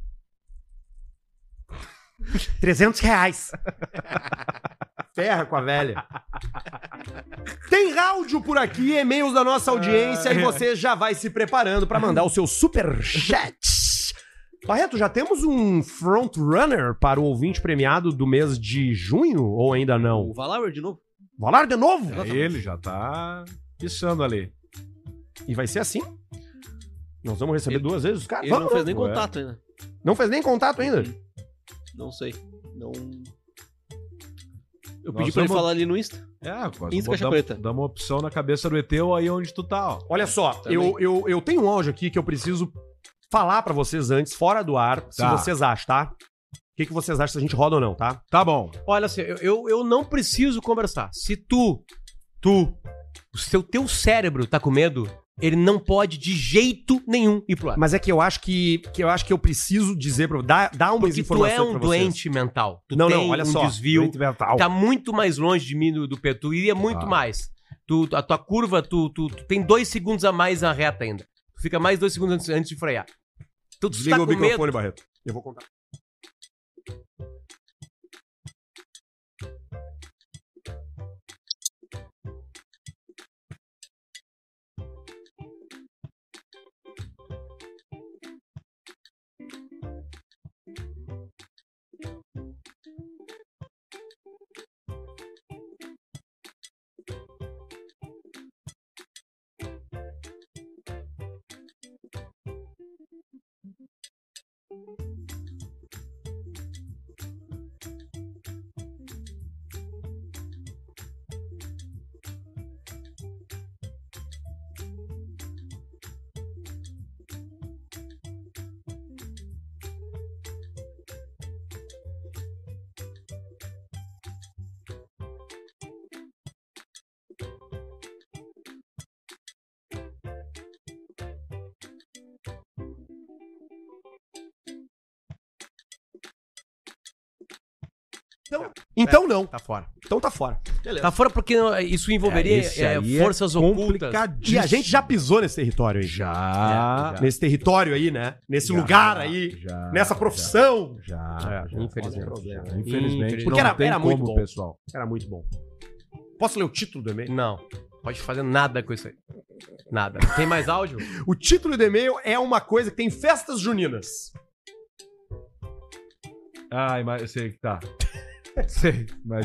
A: R$300. Ferra com a velha. Tem áudio por aqui, e-mails da nossa audiência e você já vai se preparando pra mandar o seu superchat. Barreto, já temos um frontrunner para o ouvinte premiado do mês de junho ou ainda não?
E: O Valauer de novo?
A: Vai lá de novo?
B: É, ele já tá pisando ali.
A: E vai ser assim? Nós vamos receber
E: Ele-
A: duas vezes os caras?
E: Ele não fez nem
B: Ué.
E: contato ainda.
A: Não fez nem contato ainda?
E: Não sei. Não. Eu
B: Nós
E: pedi pra ele
B: vamos-
E: falar ali no Insta.
B: É, quase
E: Insta Caixa Preta.
B: dá uma opção na cabeça do ET ou aí onde tu tá, ó.
A: Olha só,
E: Também.
A: eu tenho um áudio aqui que eu preciso falar pra vocês antes, fora do ar, se
B: Tá.
A: vocês acham, tá? O que vocês acham se a gente roda ou não, tá?
B: Tá bom.
D: Olha assim, eu não preciso conversar. Se o teu cérebro tá com medo, ele não pode de jeito nenhum ir pro ar.
A: Mas é que eu acho que eu preciso dizer pra dar umas
D: Porque tu
A: informações
D: é um
A: pra vocês.
D: doente mental. Tu
A: Não,
D: tem
A: não, olha
D: um
A: só.
D: desvio.
A: Doente mental.
D: Tá muito mais longe de mim do Pedro. Tu iria muito
B: Ah.
D: mais. A tua curva, tu tem 2 segundos a mais na reta ainda. Tu fica mais 2 segundos antes de frear. Tu
A: Desliga
D: tá
A: o
D: com
A: microfone,
D: medo.
A: Barreto. Eu vou contar. Então não.
D: Tá fora.
A: Então tá fora. Beleza.
D: Tá fora porque isso envolveria
B: Esse aí
D: forças ocultas.
B: complicadíssimo.
A: E a gente já pisou nesse território aí.
B: Já.
A: Nesse território aí, né? Nesse
B: Já,
A: lugar aí.
B: já,
A: nessa profissão.
B: Já.
D: Infelizmente.
B: Infelizmente.
A: Porque
B: não tem
A: era muito
B: como,
A: bom.
B: pessoal.
A: Era muito bom. Posso ler o título do e-mail?
D: Não. Pode fazer nada com isso aí. Nada. Tem mais áudio?
A: O título do e-mail é uma coisa que tem festas juninas.
B: Ai, mas eu sei que tá. Sei, mas.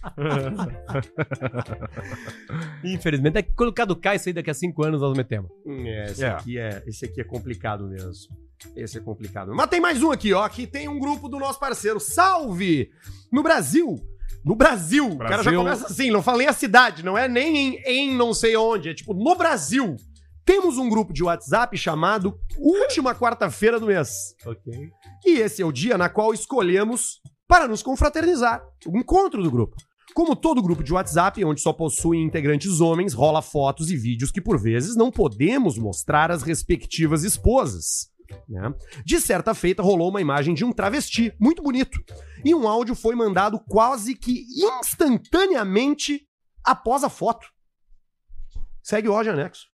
D: Infelizmente. É que quando caducar isso aí daqui a 5 anos nós metemos.
A: Esse aqui é complicado mesmo. Esse é complicado. Mas tem mais um aqui, ó. Que tem um grupo do nosso parceiro. Salve! No Brasil. O cara já começa assim, não falei a cidade, não é nem em não sei onde, é tipo, no Brasil. Temos um grupo de WhatsApp chamado Última Quarta-feira do Mês.
D: Ok.
A: E esse é o dia na qual escolhemos para nos confraternizar. O encontro do grupo. Como todo grupo de WhatsApp, onde só possuem integrantes homens, rola fotos e vídeos que por vezes não podemos mostrar às respectivas esposas. Né? De certa feita, rolou uma imagem de um travesti, muito bonito. E um áudio foi mandado quase que instantaneamente após a foto. Segue o áudio anexo.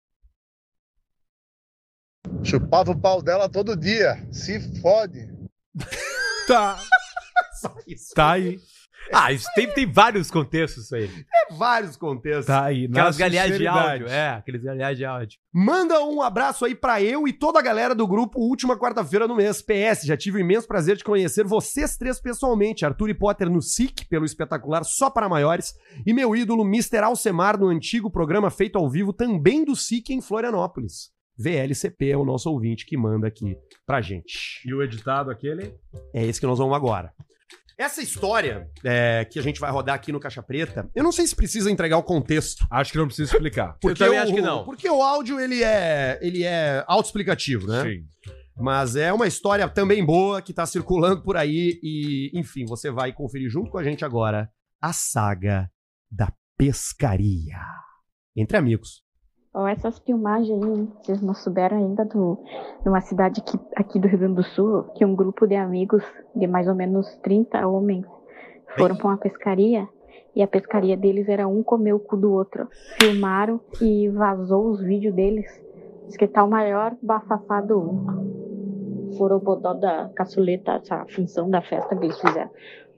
F: Chupava o pau dela todo dia. Se fode.
B: Tá.
A: Só isso.
B: Tá aí.
D: Ah, isso tem vários contextos isso aí.
A: É vários contextos.
B: Tá aí.
D: Aquelas galhadas de
B: sinceridade.
D: áudio. Aqueles galhadas de áudio.
A: Manda um abraço aí pra eu e toda a galera do grupo Última Quarta-feira do Mês. PS, já tive o imenso prazer de conhecer vocês três pessoalmente. Arthur e Potter no SIC, pelo espetacular Só Para Maiores, e meu ídolo Mr. Alcemar no antigo programa feito ao vivo também do SIC em Florianópolis. VLCP é o nosso ouvinte que manda aqui pra gente.
B: E o editado aquele?
A: É esse que nós vamos agora. Essa história que a gente vai rodar aqui no Caixa Preta, eu não sei se precisa entregar o contexto.
B: Acho que não precisa explicar.
A: Porque
D: Eu também acho que não.
A: Porque o áudio, ele é autoexplicativo, né?
B: Sim.
A: Mas é uma história também boa que tá circulando por aí e, enfim, você vai conferir junto com a gente agora a saga da pescaria. Entre amigos.
G: Ó, essas filmagens aí, vocês não souberam ainda de uma cidade aqui do Rio Grande do Sul, que um grupo de amigos de mais ou menos 30 homens foram pra uma pescaria e a pescaria deles era um comer o cu do outro. Filmaram e vazou os vídeos deles. Diz que tá o maior bafafá do forobodó da caçuleta, essa função da festa que eles fizeram.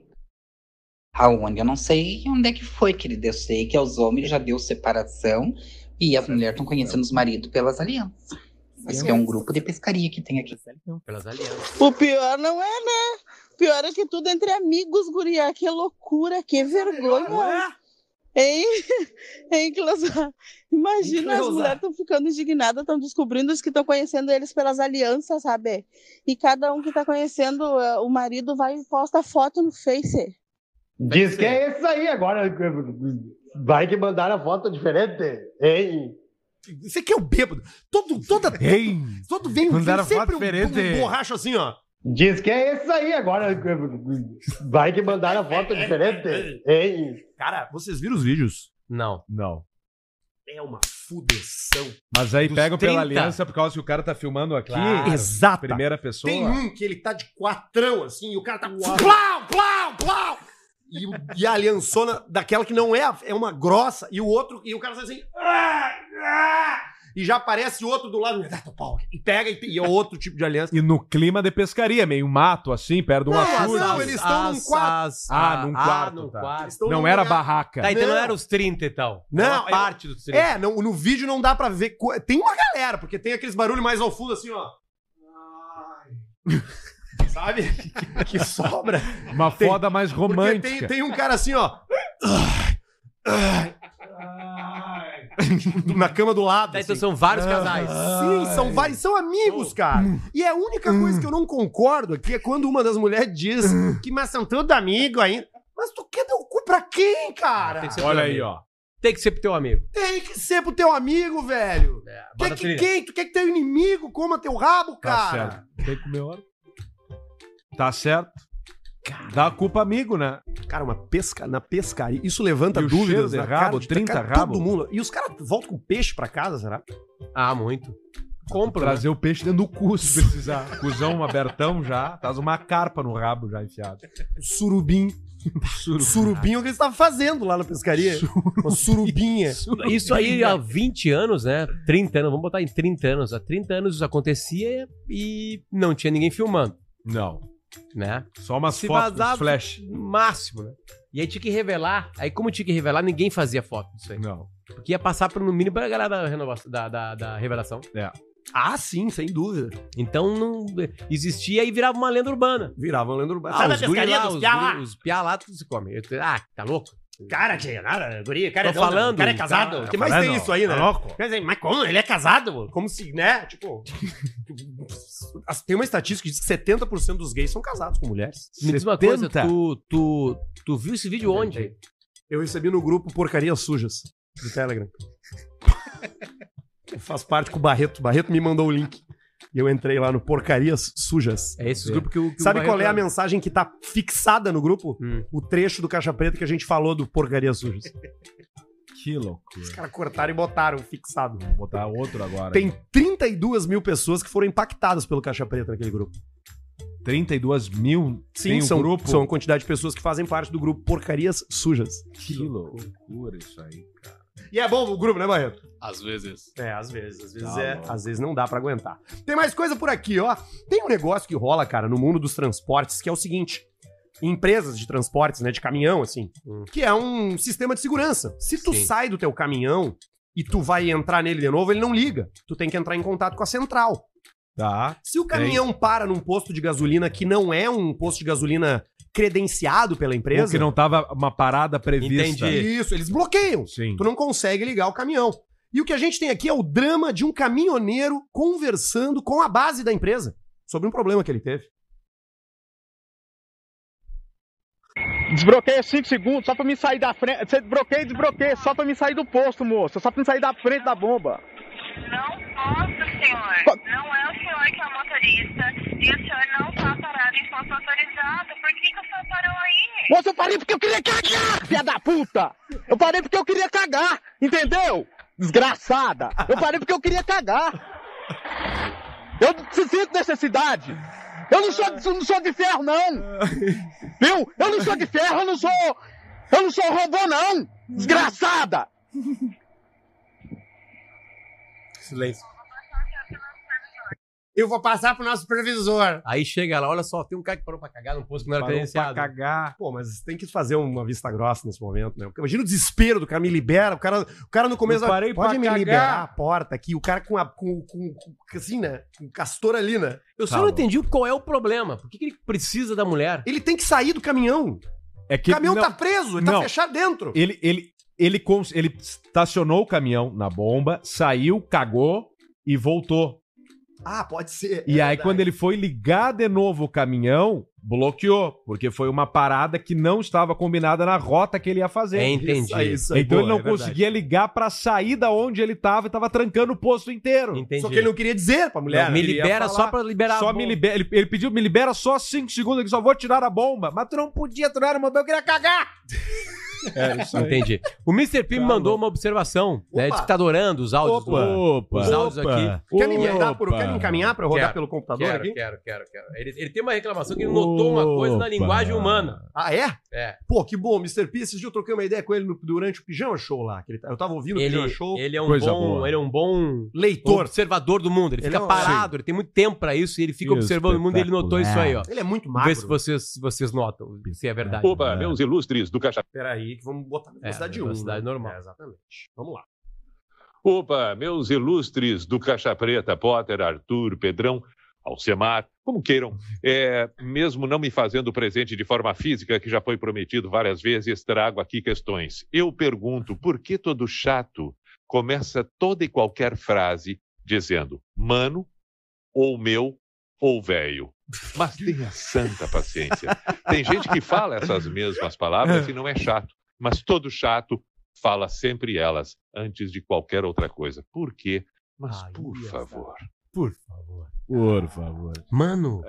H: Aonde? Eu não sei onde é que foi, querido. Eu sei que aos homens já deu separação e as mulheres estão conhecendo os maridos pelas alianças. Esse é um grupo de pescaria que tem aqui.
D: Pelas alianças.
I: O pior não é, né? O pior é que tudo entre amigos, guria. Que loucura, que vergonha. Hein, Closar? Imagina, as mulheres estão ficando indignadas, estão descobrindo que estão conhecendo eles pelas alianças, sabe? E cada um que está conhecendo o marido vai e posta foto no Face.
J: Diz que é isso aí, agora vai que mandaram a foto diferente, hein?
A: Você que é o bêbado. Todo vem
B: Mandaram
A: sempre
B: foto diferente.
A: um borracho assim, ó.
J: Diz que é isso aí, agora vai que mandaram a foto diferente, hein?
A: Cara, vocês viram os vídeos?
D: Não.
B: Não.
A: É uma fudeção.
B: Mas aí
D: Dos
B: pegam
D: 30.
B: pela aliança por causa que o cara tá filmando aqui.
D: Claro.
A: Exato.
B: Primeira pessoa.
A: Tem um que ele tá de quatrão, assim, e o cara tá... Plau, plau, plau! E a aliançona daquela que não é uma grossa, e o cara sai assim... E já aparece outro do lado, e pega e é outro tipo de aliança.
B: E no clima de pescaria, meio mato, assim, perto de um açude.
A: não, eles estão num quarto.
B: Num quarto,
D: num
B: tá.
D: quarto.
A: Eles estão
B: Não
A: num
B: era
A: lugar-
B: barraca.
D: Tá, então não
A: Não.
D: era os 30 e tal.
A: Não,
D: Era uma parte dos 30.
A: no vídeo não dá pra ver. Tem uma galera, porque tem aqueles barulhos mais ao fundo, assim, ó. Sabe? Que sobra.
B: Uma foda mais
A: Porque
B: romântica.
A: tem um cara assim, ó. Na cama do lado.
D: Tá, então
A: assim.
D: são vários casais.
A: Sim, são vários, são amigos, cara. E a única coisa que eu não concordo aqui é quando uma das mulheres diz que mas são todos amigos ainda. Mas tu quer dar o cu pra quem, cara?
D: Tem que ser
B: Olha
D: pro
B: aí,
D: amigo.
B: ó.
D: Tem que ser pro teu amigo.
A: Tem que ser pro teu amigo, velho.
D: Bota a trilha.
A: Tu quer que teu inimigo coma teu rabo,
B: Tá
A: cara?
B: certo. Tem que comer hora. Tá certo. Dá a culpa amigo, né?
A: Cara, na pescaria, isso levanta
B: E o
A: dúvidas,
B: cheiro de
A: na
B: rabo,
A: cara de
B: 30
A: cara,
B: rabo.
A: todo mundo. E os caras voltam com peixe pra casa, será?
D: Ah, muito. Compra,
B: Trazer o peixe dentro do cu, se precisar. Cusão abertão já. Traz uma carpa no rabo já enfiado.
A: Surubim. Surubinha é o que eles estavam fazendo lá na pescaria. Uma surubinha.
D: Isso aí há 20 anos, né? 30 anos, vamos botar em 30 anos. Há 30 anos isso acontecia e não tinha ninguém filmando,
B: Não.
D: né?
B: Só umas
D: Se
B: fotos
D: vazava,
B: dos flash.
D: máximo, né? E aí tinha que revelar. Aí como tinha que revelar, ninguém fazia foto disso aí.
B: Não.
D: Porque ia passar no mínimo pra galera da, renovação, da revelação.
A: Ah, sim, sem dúvida.
D: Então não existia e virava uma lenda urbana.
A: Virava uma lenda urbana.
D: Ah,
A: Sabe
D: os
A: a
D: guri
A: pescaria
D: lá,
A: dos
D: os
A: piá lá?
D: guri- os piá lá tudo se come. Tá louco?
A: Cara, que nada, guri, cara
D: Tô falando,
A: o cara é casado.
D: cara,
A: Tem mais
B: falando,
A: tem isso aí, né?
B: tá louco?
A: Quer dizer, mas como? Ele é casado? Como se, né? Tipo... Tem uma estatística que diz que 70% dos gays são casados com mulheres.
D: Me diz uma coisa,
B: 70?
D: tu viu esse vídeo onde?
A: Eu recebi no grupo Porcarias Sujas do Telegram. Eu faço parte com o Barreto. O Barreto me mandou o link. E eu entrei lá no Porcarias Sujas.
D: É esse grupo que o
A: Sabe
D: o
A: qual é a
D: Barreto-
A: mensagem que tá fixada no grupo? O trecho do Caixa Preta que a gente falou do Porcarias Sujas.
B: Que loucura.
A: Os caras cortaram e botaram fixado.
B: Vou botar outro agora.
A: Tem 32 mil pessoas que foram impactadas pelo Caixa Preta naquele grupo.
B: 32 mil?
A: Sim,
B: Tem um
A: são,
B: grupo?
A: são a quantidade de pessoas que fazem parte do grupo Porcarias Sujas.
B: Que loucura isso aí, cara.
A: E é bom o grupo, né, Barreto?
E: Às vezes.
A: É, às vezes. Às vezes
B: Tá bom.
A: às vezes não dá pra aguentar. Tem mais coisa por aqui, ó. Tem um negócio que rola, cara, no mundo dos transportes, que é o seguinte. Em empresas de transportes, né, de caminhão, assim, que é um sistema de segurança. Se tu sai do teu caminhão e tu vai entrar nele de novo, ele não liga. Tu tem que entrar em contato com a central.
B: Tá.
A: Se o caminhão para num posto de gasolina que não é um posto de gasolina credenciado pela empresa...
B: Ou que não tava uma parada prevista.
A: Isso, eles bloqueiam.
B: Sim.
A: Tu não consegue ligar o caminhão. E o que a gente tem aqui é o drama de um caminhoneiro conversando com a base da empresa sobre um problema que ele teve.
K: Desbloqueia 5 segundos só pra me sair da frente. Você desbloqueia só pra me sair do posto, moço. Só pra me sair da frente da bomba.
L: Não posso, senhor. Não é o senhor que é o motorista e o senhor não tá parado em posto autorizado. Por que o senhor parou aí?
K: Moço, eu parei porque eu queria cagar, filha da puta! Eu parei porque eu queria cagar, entendeu? Desgraçada! Eu parei porque eu queria cagar. Eu sinto necessidade. Eu não sou de ferro, não. Viu? Eu não sou de ferro, eu não sou robô, não. Desgraçada!
D: Silêncio.
A: Eu vou passar pro nosso supervisor.
D: Aí chega lá, olha só, tem um cara que parou pra cagar num posto que não era
A: Parou
D: credenciado.
A: pra cagar. Pô, mas tem que fazer uma vista grossa nesse momento, né? Porque imagina o desespero do cara, me libera, o cara no começo...
B: Eu parei
A: pode
B: pra
A: me
B: cagar.
A: liberar a porta aqui, o cara com assim, né? Com castor ali, né?
D: Eu só não entendi qual é o problema. Por que ele precisa da mulher?
A: Ele tem que sair do caminhão.
B: É que
A: O caminhão
B: não-
A: tá preso, ele tá
B: não.
A: fechado dentro.
B: Ele estacionou o caminhão na bomba, saiu, cagou e voltou.
A: Ah, pode ser.
B: E aí, quando ele foi ligar de novo o caminhão, bloqueou, porque foi uma parada que não estava combinada na rota que ele ia fazer.
D: Entendi.
A: Isso aí,
B: Então ele
A: boa,
B: não
A: é verdade.
B: conseguia ligar pra sair da onde ele tava e tava trancando o posto inteiro.
D: Entendi.
A: Só que ele não queria dizer pra mulher.
D: Me
A: né? Ele ia
D: libera
A: falar,
D: só pra liberar
B: Só
D: a
B: me
D: bomba.
B: libera, ele pediu, me libera só 5 segundos, que só vou tirar a bomba. Mas tu não podia, tu não era eu queria cagar. É, isso aí.
D: Entendi. O Mr. P me mandou uma observação, né? Diz que tá adorando os áudios.
B: Opa,
D: os áudios aqui.
A: Quer me encaminhar pra eu rodar
D: Quero,
A: pelo computador aqui?
D: Quero. Ele tem uma reclamação que ele notou uma coisa na linguagem humana.
A: Ah, é?
D: É.
A: Pô, que bom, Mr. P. Esses dias eu troquei uma ideia com ele durante o Pijama Show lá. Eu tava ouvindo o Pijama Show.
D: Ele é um
B: Coisa
D: bom,
B: boa.
D: ele é um bom
A: Leitor.
D: observador do mundo. Ele
A: Ele
D: fica
A: é um-
D: parado, ele tem muito tempo pra isso e ele fica observando o mundo e ele notou isso aí, ó.
A: Ele é muito
D: Vê
A: magro.
D: se vocês notam, se é verdade.
M: Opa, meus ilustres do Caixa...
A: Peraí, que vamos botar na velocidade 1.
D: velocidade normal.
A: É, exatamente. Vamos lá.
M: Opa, meus ilustres do Caixa Preta, Potter, Arthur, Pedrão, Alcemar, como queiram. Mesmo não me fazendo presente de forma física, que já foi prometido várias vezes, trago aqui questões. Eu pergunto, por que todo chato começa toda e qualquer frase dizendo mano, ou meu, ou velho? Mas tenha santa paciência. Tem gente que fala essas mesmas palavras e não é chato, mas todo chato fala sempre elas antes de qualquer outra coisa. Por quê? Mas por favor.
D: Por favor.
B: Por favor.
D: Mano.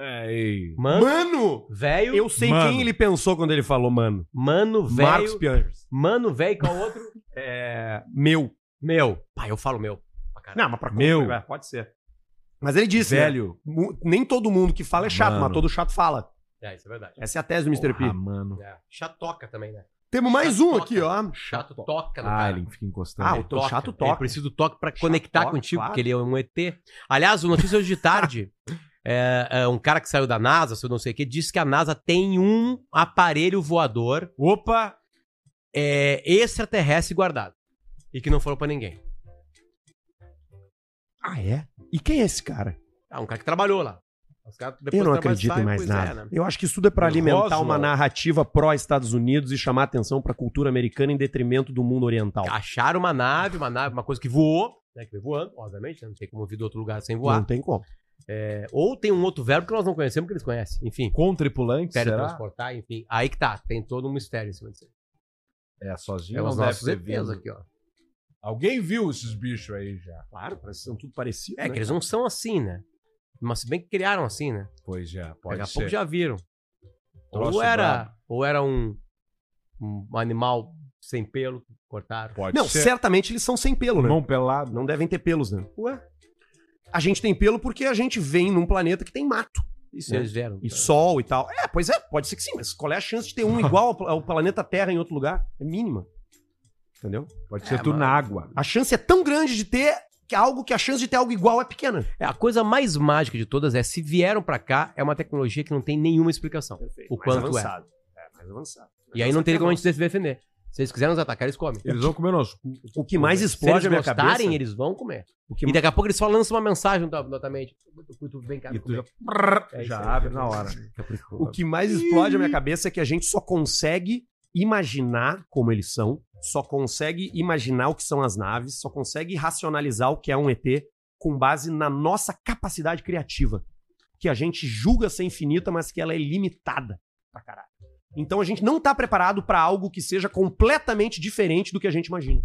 A: Mano!
D: Velho.
A: Eu sei
B: Mano.
A: quem ele pensou quando ele falou mano.
D: Mano,
A: Marcos
D: velho.
A: Pianers.
D: Mano, velho, qual outro?
A: Meu.
D: Meu. Pai, eu falo meu.
A: Não, mas pra
B: Meu.
A: pode ser. Mas ele disse,
B: Velho.
A: né? Nem todo mundo que fala é chato,
B: Mano.
A: mas todo chato fala.
D: Isso é verdade.
A: Essa é a tese do Mr. P.
B: Mano.
D: Chatoca também, né?
A: Temos mais um aqui, ó.
D: Chato toca no cara.
B: ele fica encostando.
A: O chato toca.
D: Ele precisa do toque pra conectar
A: toca,
D: contigo,
A: claro.
D: porque ele é um ET. Aliás, o notícia hoje de tarde, um cara que saiu da NASA, se eu não sei o que, disse que a NASA tem um aparelho voador extraterrestre guardado. E que não falou pra ninguém.
A: Ah, é? E quem é esse cara?
D: Um cara que trabalhou lá. Os caras depois
A: Eu não
D: trabalham,
A: acredito em
D: saem,
A: mais
D: pois
A: nada.
D: né?
A: Eu acho que isso tudo é pra alimentar
B: Roswell.
A: uma narrativa pró-Estados Unidos e chamar atenção pra cultura americana em detrimento do mundo oriental.
D: Acharam uma coisa que voou, né? Que veio voando, obviamente, né? Não tem como vir de outro lugar sem voar.
A: Não tem como.
D: Ou tem um outro verbo que nós não conhecemos, que eles conhecem. Enfim.
B: Com tripulante, será?
D: Teletransportar, enfim. Aí que tá. Tem todo um mistério em cima disso.
B: Sozinho
D: os
B: não
D: nossos
B: deve ter
D: ETs
B: vindo.
D: aqui, ó.
B: Alguém viu esses bichos aí já?
A: Claro, parece que são tudo parecido.
D: Que eles não são assim, né? Mas se bem que criaram assim, né?
B: Pois já, pode
D: Daqui a
B: ser.
D: pouco já viram.
B: Troço
D: Ou era um animal sem pelo, cortaram.
B: Pode
A: Não,
B: ser.
A: certamente eles são sem pelo, né?
B: Mão pelado.
A: Não devem ter pelos, né? Ué? A gente tem pelo porque a gente vem num planeta que tem mato.
D: Isso eles vieram.
A: E sol e tal. Pois é, pode ser que sim, mas qual é a chance de ter um igual ao planeta Terra em outro lugar? É mínima. Entendeu?
B: Pode ser tudo na água.
A: A chance é tão grande de ter que a chance de ter algo igual é pequena.
D: A coisa mais mágica de todas é, se vieram pra cá, é uma tecnologia que não tem nenhuma explicação. O
A: Mais
D: quanto
A: avançado. Mais avançado.
D: E aí não teria como a gente se defender. Se eles quiserem nos atacar, eles comem.
B: Eles vão comer nosso.
A: O que mais
D: Se
A: explode
D: eles
A: a minha
D: gostarem,
A: cabeça...
D: eles vão comer.
A: O que
D: E daqui a pouco eles só lançam uma mensagem notamente. Tu vem cá.
B: E tu já,
D: já
B: abre na hora.
A: O que mais explode a minha cabeça é que a gente só consegue imaginar como eles são, só consegue imaginar o que são as naves, só consegue racionalizar o que é um ET com base na nossa capacidade criativa, que a gente julga ser infinita, mas que ela é limitada pra caralho. Então a gente não tá preparado pra algo que seja completamente diferente do que a gente imagina.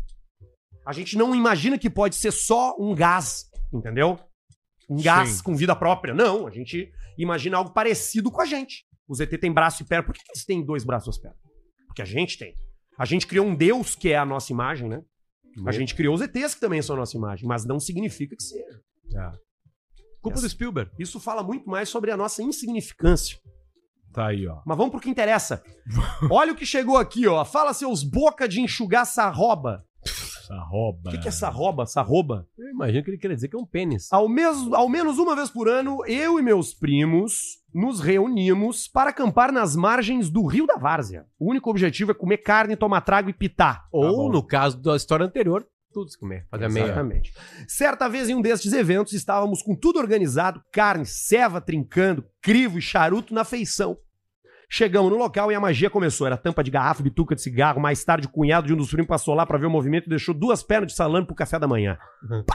A: A gente não imagina que pode ser só um gás, entendeu? Um gás com vida própria. Não, a gente imagina algo parecido com a gente. Os ET têm braço e perna. Por que eles têm 2 braços e 2 pernas? Porque a gente tem. A gente criou um Deus que é a nossa imagem, né? A gente criou os ETs que também são a nossa imagem, mas não significa que seja.
D: Culpa do Spielberg.
A: Isso fala muito mais sobre a nossa insignificância.
B: Tá aí, ó.
A: Mas vamos pro que interessa. Olha o que chegou aqui, ó. Fala seus boca de enxugar sarroba.
B: Sarroba.
A: O que é sarroba? Sarroba?
D: Eu imagino que ele quer dizer que é um pênis.
A: Ao menos uma vez por ano, eu e meus primos nos reunimos para acampar nas margens do Rio da Várzea. O único objetivo é comer carne, tomar trago e pitar.
D: Ou, no caso da história anterior, tudo se comer. Fazer a meia.
A: Exatamente. Certa vez em um destes eventos, estávamos com tudo organizado, carne, ceva trincando, crivo e charuto na feição. Chegamos no local e a magia começou. Era tampa de garrafa, bituca de cigarro. Mais tarde, o cunhado de um dos primos passou lá pra ver o movimento e deixou 2 pernas de salame pro café da manhã. Pá!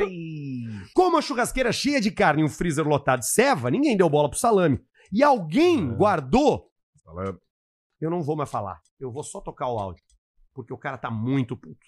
A: Como a churrasqueira cheia de carne e um freezer lotado de ceva, ninguém deu bola pro salame. E alguém guardou...
B: Salame.
A: Eu não vou mais falar. Eu vou só tocar o áudio. Porque o cara tá muito puto.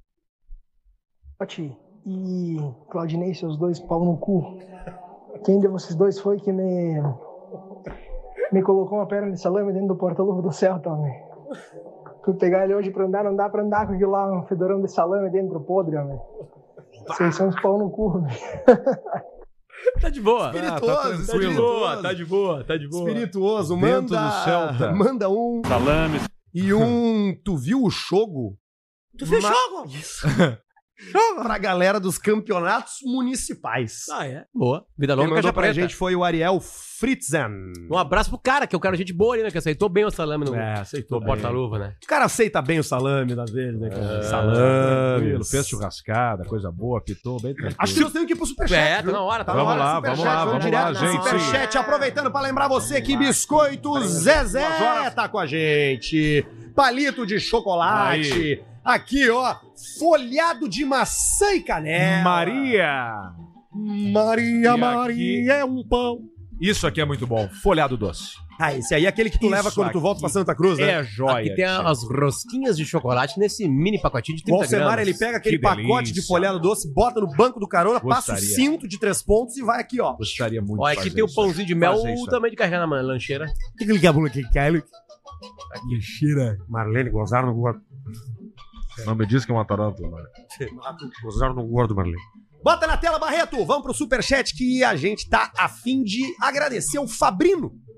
N: Pati e Claudinei, seus 2 pau no cu. Quem de vocês dois foi que me colocou uma perna de salame dentro do porta-luva do céu, Tommy? Fui pegar ele hoje pra andar, não dá pra andar com aquilo lá, um fedorão de salame dentro podre, homem. Vocês são uns pau no cu, homem.
D: Tá de boa.
A: Espirituoso,
D: tá de boa, tá de boa, tá de boa.
A: Espirituoso,
B: Vento do Celta.
A: Manda um
B: Salame.
A: e um... Tu viu o Chogo?
N: Tu viu o Chogo?
A: Isso. Pra galera dos campeonatos municipais.
D: Boa. Vida
A: Quem
D: longa,
A: mandou
D: Caixa
A: pra
D: Preta.
A: gente foi o Ariel Fritzen.
D: Um abraço pro cara, que é o cara gente boa ali, né? Que aceitou bem o salame no,
A: aceitou
D: no
A: bem.
D: porta-luva, né?
A: O cara aceita bem o salame das vezes, né, cara?
B: Tranquilo, fez churrascada, coisa boa, pitou bem tranquilo.
A: Acho que nós temos que ir pro Superchat.
D: Tá na hora, tá
B: Vamos
D: na hora.
B: lá,
A: Superchat,
B: vamos lá, vamos
A: direto
B: lá,
A: no
B: gente.
A: Superchat, aproveitando pra lembrar você que Biscoitos Zezé tá com a gente. Palito de chocolate. Aqui, ó, folhado de maçã e canela.
B: Maria!
A: Maria,
B: E
A: Maria,
B: aqui-
A: é um pão.
B: Isso aqui é muito bom. Folhado doce.
A: Ah, esse aí é aquele que tu
B: Isso
A: leva quando tu
B: aqui
A: volta pra Santa Cruz, né?
B: É joia.
D: Aqui tem as rosquinhas de chocolate nesse mini pacotinho de
A: O
D: 30
A: Alcemar,
D: gramas.
A: ele pega aquele
B: Que
A: pacote
B: delícia.
A: de folhado doce, bota no banco do carona, passa o
B: Gostaria.
A: cinto de 3 pontos e vai aqui, ó.
B: Gostaria muito
D: Ó,
B: de
D: aqui
B: fazer
D: tem o
B: isso.
D: pãozinho de mel
B: Fazer isso.
D: também de carregar na lancheira.
A: Que cabula que cai. Marlene, gozaram no gordo.
B: Não me diz que é uma tarântula. Mano.
A: Gozaram no gordo, Marlene. Bota na tela, Barreto! Vamos pro superchat que a gente tá a fim de agradecer o Fabrino.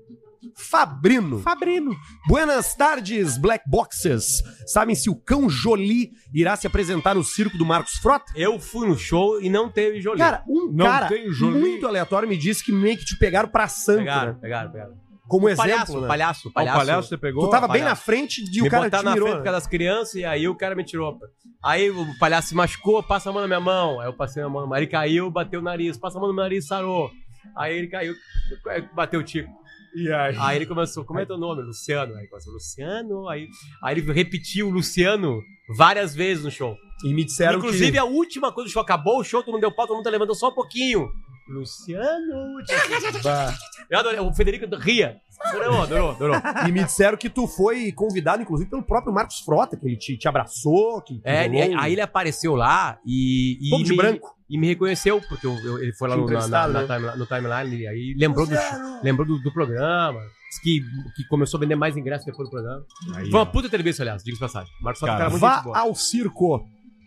A: Fabrino. Buenas tardes, Black Boxers. Sabem se o Cão Jolie irá se apresentar no circo do Marcos Frota?
D: Eu fui no show e não teve Jolie.
A: Cara,
B: Não
A: cara
B: tem Jolie.
A: muito aleatório me disse que meio que te pegaram pra santo, né?
D: Pegaram.
A: Como
D: O
A: exemplo, né?
D: palhaço.
B: O palhaço você pegou?
A: Tu tava bem
D: palhaço.
A: na frente e
D: Me
A: o cara
D: botaram
A: te
D: na
A: mirou.
D: frente por causa das crianças e aí o cara me tirou. Aí o palhaço se machucou, passa a mão na minha mão. Aí eu passei a mão na mão. Aí ele caiu, bateu o nariz, passa a mão no meu nariz, sarou. Aí ele caiu, bateu o tico.
B: E aí?
D: Aí ele começou, como é teu nome? Luciano. Aí começou, Luciano. Aí ele repetiu o Luciano várias vezes no show.
A: E me disseram
D: Inclusive, a última coisa do show acabou, o show, todo mundo deu pau, todo mundo levantou só um pouquinho. Luciano. Eu adorei, o Federico ria. Adorou.
A: E me disseram que tu foi convidado, inclusive, pelo próprio Marcos Frota, que ele te abraçou. Que
D: Aí ele apareceu lá e
A: todo de branco.
D: E me reconheceu, porque ele foi lá no timeline, e aí lembrou do programa. Disse que começou a vender mais ingressos depois do programa.
B: Aí,
D: foi uma puta entrevista, aliás, diga-se de passagem. Marcos Frota é um cara muito
A: Vá
D: gente boa.
A: ao circo.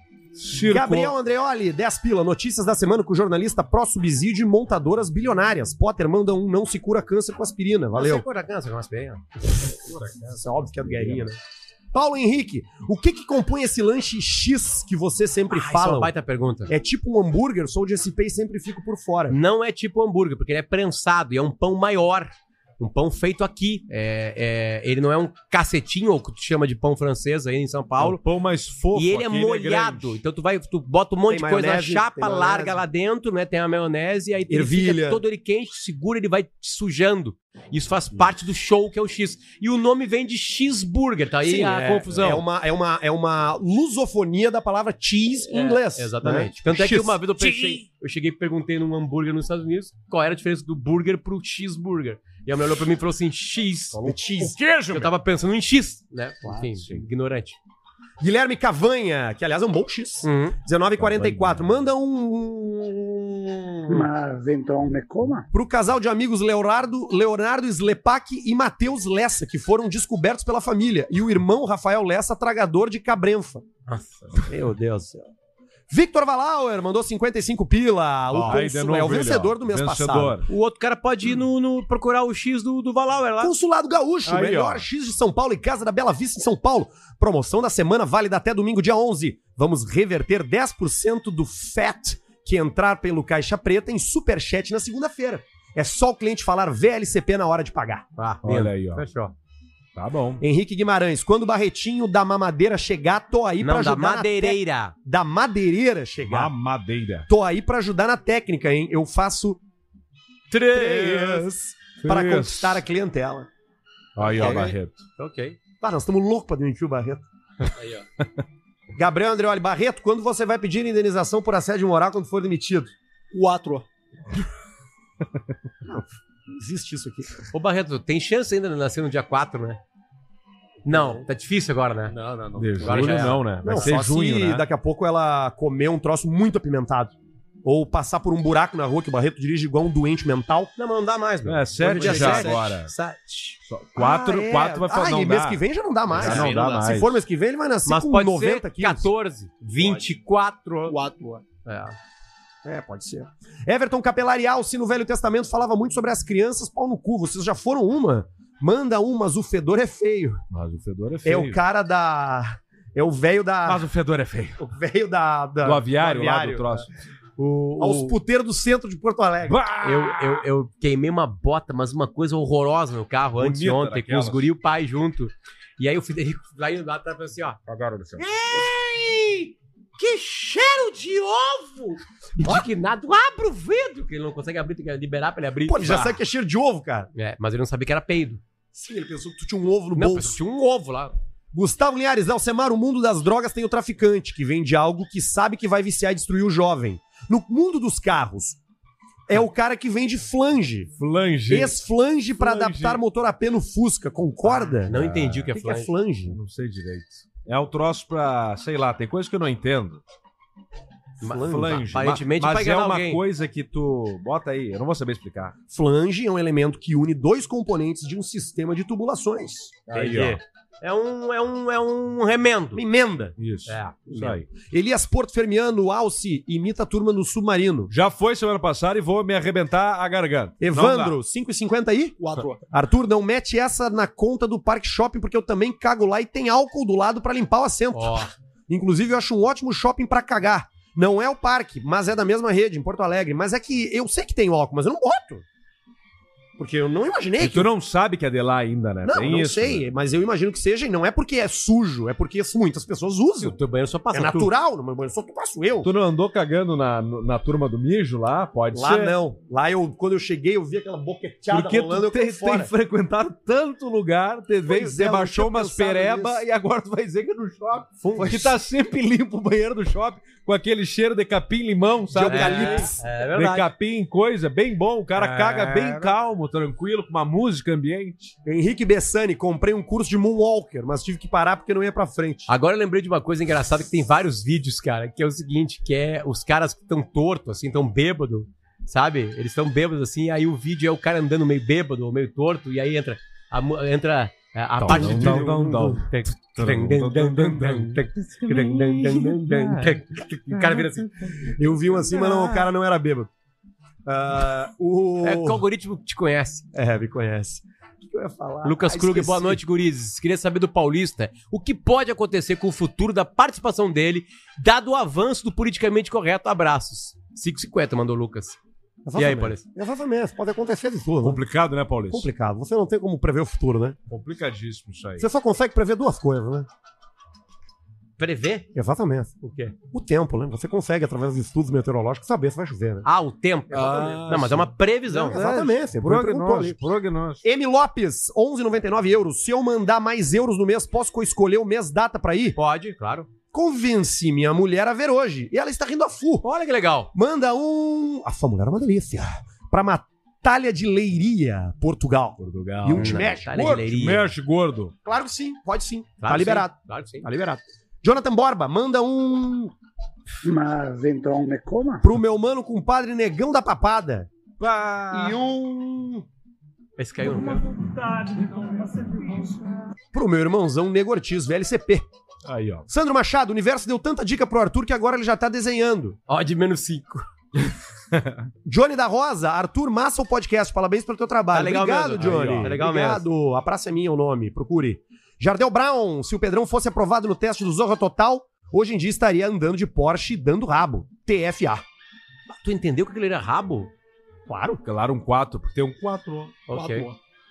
A: Gabriel Andreoli, 10 pila. Notícias da semana com o jornalista pró-subsídio e montadoras bilionárias. Potter manda um não se cura câncer com aspirina. Valeu.
D: Não se cura câncer com aspirina.
A: Isso é óbvio que é do Guerrinha, né? Paulo Henrique, o que compõe esse lanche X que você sempre
D: Isso é
A: fala?
D: uma baita pergunta.
A: É tipo um hambúrguer? Sou de SP e sempre fico por fora.
D: Não é tipo hambúrguer, porque ele é prensado e é um pão maior. Um pão feito aqui. Ele não é um cacetinho, ou que tu chama de pão francês aí em São Paulo.
B: É um pão mais fofo.
D: E ele é
B: aqui,
D: molhado.
B: grande.
D: então tu bota um monte
A: Tem
D: de coisa na
A: maionese,
D: chapa,
A: tem
D: larga lá dentro, né? Tem a maionese, e aí ele
A: Ervilha.
D: fica todo ele quente, segura, ele vai te sujando. Isso faz parte do show, que é o X. E o nome vem de cheeseburger, tá aí
A: Sim,
D: a confusão.
A: É uma lusofonia da palavra cheese em inglês.
D: Exatamente.
A: Né?
D: Tanto é que
A: X.
D: uma vez eu cheguei e perguntei num hambúrguer nos Estados Unidos qual era a diferença do burger pro cheeseburger. E a mulher olhou pra mim e falou assim, X.
A: Cheese.
B: Queijo,
D: Eu tava pensando em X, né?
A: Claro,
D: Enfim,
A: sim.
D: ignorante.
A: Guilherme Cavanha, que aliás é um bom X. 19h44. Manda
O: Mas então me coma?
A: pro casal de amigos Leonardo Slepak e Matheus Lessa, que foram descobertos pela família. E o irmão Rafael Lessa, tragador de cabrenfa.
D: Nossa.
A: Meu Deus do céu. Victor Valauer mandou 55 pila.
B: Aí, de novo
A: É o
B: ele,
A: vencedor
B: ó.
A: do mês
B: Vencedor.
A: passado.
D: O outro cara pode ir procurar o X do Valauer lá.
A: Consulado Gaúcho,
B: Aí,
A: melhor
B: ó.
A: X de São Paulo e Casa da Bela Vista em São Paulo. Promoção da semana válida até domingo, dia 11. Vamos reverter 10% do FAT que entrar pelo Caixa Preta em Superchat na segunda-feira. É só o cliente falar VLCP na hora de pagar.
B: Olha aí, ó.
D: Fechou.
B: Tá bom.
A: Henrique Guimarães, quando o Barretinho da mamadeira chegar, tô aí pra
D: Não, da
A: ajudar na
D: madeireira.
A: Da madeireira chegar.
B: Mamadeira.
A: Tô aí pra ajudar na técnica, hein? Eu faço 3 para conquistar a clientela.
B: Aí, ó, Barreto.
D: Ok.
A: Ah, nós estamos loucos pra demitir o Barreto.
D: Aí, ó.
A: Gabriel Andreoli, Barreto, quando você vai pedir indenização por assédio moral quando for demitido?
E: 4.
A: Não existe isso aqui.
D: Ô, Barreto, tem chance ainda de nascer no dia 4, né? Não, tá difícil agora, né?
E: Não.
B: De
D: Agora
B: julho
D: já é.
B: não, né? Vai
A: Não,
B: ser
A: só
B: junho,
A: se
B: né?
A: daqui a pouco ela comer um troço muito apimentado. Ou passar por um buraco na rua que o Barreto dirige igual um doente mental.
D: Não, mas não dá mais, meu.
B: É, 7
D: dia
B: já
D: 7.
B: agora.
D: 7.
B: 4 vai falar, não
A: e
B: dá.
A: mês que vem já não dá mais.
B: Já não dá mais.
A: Se for mês que vem, ele vai nascer
D: Mas
A: com
D: pode
A: 90
D: ser
A: quilos.
D: 14, 24.
E: 4.
A: Pode ser. Everton Capelarial, se no Velho Testamento falava muito sobre as crianças, pau no cu. Vocês já foram uma? Manda uma, mas o fedor é feio.
B: Mas o fedor é feio.
A: É o cara da... É o velho da...
B: Mas o fedor é feio.
A: O velho da...
B: Do aviário lá do troço.
A: Aos puteiros do centro de Porto Alegre.
D: Eu queimei uma bota, mas uma coisa horrorosa no carro anteontem, com os guri e o pai junto. E aí o Federico lá indo lá atrás assim, ó.
B: Cagaram do céu.
D: Ei! Que cheiro de ovo! Indignado, abre o vidro! Que ele não consegue abrir, tem que liberar pra ele abrir.
A: Pô, ele já sabe que é cheiro de ovo, cara.
D: É, mas ele não sabia que era peido.
A: Sim, ele pensou que tu tinha um ovo no
D: Não,
A: bolso.
D: tinha um ovo lá.
A: Gustavo Linhares, Alcemar, o mundo das drogas tem o traficante, que vende algo que sabe que vai viciar e destruir o jovem. No mundo dos carros, é o cara que vende flange.
B: Flange.
A: Ex-flange pra adaptar motor AP no Fusca, concorda?
D: Não entendi o que é
A: que
D: flange.
A: é flange?
B: Não sei direito. É um troço pra, sei lá, tem coisa que eu não entendo. Flange.
D: Aparentemente
B: mas
D: pra
B: é
D: enganar
B: uma
D: alguém.
B: coisa que tu... Bota aí, eu não vou saber explicar.
A: Flange é um elemento que une dois componentes de um sistema de tubulações.
B: Aí, ó.
D: É um remendo.
A: Emenda.
B: Isso. Isso aí.
A: Elias Porto Fermiano, Alce, imita a turma no Submarino.
B: Já foi semana passada e vou me arrebentar a garganta.
A: Evandro, 5,50 aí?
O: 4.
A: Arthur, não mete essa na conta do Parque Shopping, porque eu também cago lá e tem álcool do lado pra limpar o assento. Inclusive, eu acho um ótimo shopping pra cagar. Não é o parque, mas é da mesma rede, em Porto Alegre. Mas é que eu sei que tem álcool, mas eu não boto. Porque eu não imaginei
B: E tu não sabe que é de lá ainda, né?
A: Não,
B: Tem
A: não
B: isso,
A: sei,
B: né?
A: mas eu imagino que seja, e não é porque é sujo, é porque muitas pessoas usam.
D: O teu banheiro só passa
A: É natural, no meu banheiro só passo eu.
B: Tu não andou cagando na turma do mijo lá? Pode
A: Lá
B: ser.
A: não. Lá quando eu cheguei, eu vi aquela boqueteada
B: Porque
A: rolando,
B: tu
A: eu caí
B: tem frequentado tanto lugar,
A: Pois é, eu
B: baixou
A: não tinha
B: umas
A: pensado
B: pereba
A: nisso.
B: e agora tu vai dizer que é no shopping. Que tá sempre limpo o banheiro do shopping, com aquele cheiro de capim-limão, sabe?
A: eucalipto.
D: É
B: De
D: verdade.
B: capim, coisa, bem bom. O cara
A: É,
B: caga bem calmo, tranquilo, com uma música ambiente.
A: Henrique Bessani, comprei um curso de Moonwalker, mas tive que parar porque não ia pra frente.
D: Agora eu lembrei de uma coisa engraçada que tem vários vídeos, cara, que é o seguinte, que é os caras que estão tortos, assim, tão bêbado, sabe? Eles estão bêbados, assim, aí o vídeo é o cara andando meio bêbado ou meio torto, e aí entra a parte de... O cara vira assim.
A: Eu vi um assim, mas não, o cara não era bêbado.
D: É que o algoritmo te conhece.
A: Me conhece. O que eu ia falar?
D: Lucas Krug,
A: esqueci.
D: boa noite, gurizes. Queria saber do Paulista o que pode acontecer com o futuro da participação dele, dado o avanço do politicamente correto. Abraços. 5,50 mandou o Lucas. E aí, Paulista?
A: Exatamente, pode acontecer de tudo. Né?
B: Complicado, né, Paulista?
A: Complicado. Você não tem como prever o futuro, né?
B: Complicadíssimo isso aí.
A: Você só consegue prever duas coisas, né?
D: Prever?
A: Exatamente.
D: O quê?
A: O tempo, né? Você consegue, através de estudos meteorológicos, saber se vai chover, né?
D: Ah, o tempo. Não, mas é uma previsão.
A: Exatamente.
B: Prognóstico.
A: M. Lopes, 11,99 euros. Se eu mandar mais euros no mês, posso escolher o mês data pra ir?
D: Pode, claro.
A: Convence minha mulher a ver hoje. E ela está rindo a fu.
D: Olha que legal.
A: Manda A sua mulher é uma delícia. Pra Natália de Leiria, Portugal.
B: Portugal.
A: E um te mexe.
B: Mexe, gordo.
A: Claro que sim, pode sim.
D: Claro
A: Tá liberado.
D: Sim. Claro que sim.
A: Tá liberado. Jonathan Borba, manda
O: Mas então me coma?
A: pro meu mano compadre Negão da Papada. E
D: Esse caiu.
A: pro meu irmãozão Nego Ortiz, VLCP.
B: Aí, ó.
A: Sandro Machado, o universo deu tanta dica pro Arthur que agora ele já tá desenhando.
D: Ó, de -5.
A: Johnny da Rosa, Arthur, massa o podcast. Parabéns pelo teu trabalho.
D: Tá legal
A: Obrigado,
D: mesmo.
A: Johnny.
D: Aí, ó. Tá legal
A: Obrigado. A praça é minha o nome, procure. Jardel Brown, se o Pedrão fosse aprovado no teste do Zorra Total, hoje em dia estaria andando de Porsche e dando rabo. TFA.
D: Tu entendeu que aquele era rabo?
A: Claro.
B: Claro, um 4, porque tem um 4.
D: Ok.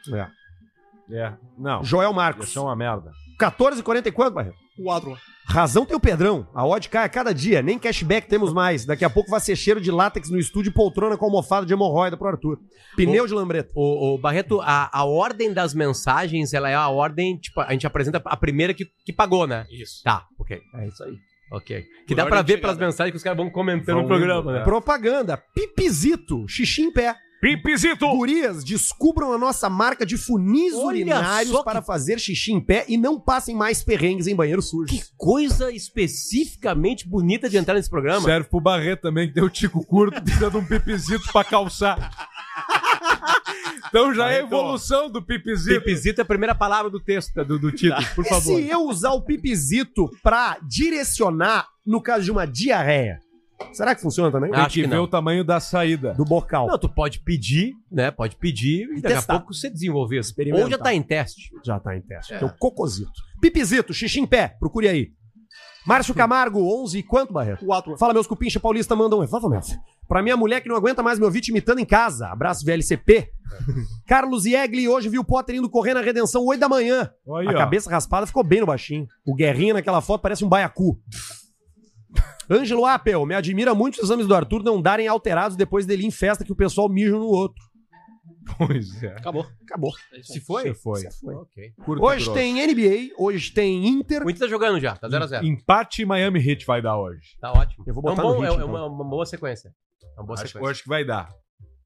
B: Não.
A: Joel Marcos.
B: Isso é uma merda.
A: 14,40 e quanto, Barreto?
O: 4.
A: Razão tem o Pedrão. A odd cai a cada dia. Nem cashback temos mais. Daqui a pouco vai ser cheiro de látex no estúdio e poltrona com almofada de hemorroida pro Arthur. Pneu de lambreta.
D: O Barreto, a ordem das mensagens, ela é a ordem, tipo, a gente apresenta a primeira que pagou, né?
A: Isso.
D: Tá, ok.
A: É isso aí.
D: Ok. Que dá pra ver pelas mensagens que os caras vão comentando no programa, né?
A: Propaganda. Pipizito. Xixi em pé.
B: Pipizito!
A: Gurias, descubram a nossa marca de funis
D: Olha
A: urinários
D: só
A: para fazer xixi em pé e não passem mais perrengues em banheiro sujo.
D: Que coisa especificamente bonita de entrar nesse programa.
B: Serve pro Barreto também, que tem o tico curto, precisa de um pipizito pra calçar. Então já é a evolução do pipizito.
D: Pipizito é a primeira palavra do texto, do título, por
A: E
D: favor.
A: se eu usar o pipizito pra direcionar no caso de uma diarreia? Será que funciona também?
B: Tem que ver o tamanho da saída.
A: Do bocal.
D: Não, tu pode pedir, né? Pode pedir e daqui
A: testar.
D: a pouco você desenvolver.
A: Experimentar.
D: Ou já tá em teste.
A: Já tá em teste.
D: É.
A: Que é o cocozito. Pipizito, xixi em pé. Procure aí. Márcio Camargo, 11 e quanto, Barreto?
O: 4.
A: Fala, meus cupincha paulista, mandam exatamente. Pra minha mulher que não aguenta mais me ouvir te imitando em casa. Abraço, VLCP. Carlos Iegli, hoje viu o Potter indo correr na Redenção 8 da manhã.
B: Aí,
A: a
B: ó.
A: cabeça raspada ficou bem no baixinho. O Guerrinha naquela foto parece um baiacu. Ângelo Apel, me admira muito os exames do Arthur não darem alterados depois dele ir em festa que o pessoal mija um no outro.
B: Pois é.
O: Acabou.
A: Acabou.
D: Se foi?
B: Você foi.
A: Se foi.
D: Ok.
B: Curta
A: Hoje
B: grossa.
A: tem NBA, hoje tem Inter.
D: O Inter tá jogando já, tá 0x0.
B: Empate e Miami Heat vai dar hoje.
D: Tá ótimo.
A: Eu vou botar
D: é um
A: no
D: bom,
A: Heat,
D: é
A: então.
D: uma boa sequência. É uma boa
B: Acho
D: sequência.
B: que vai dar.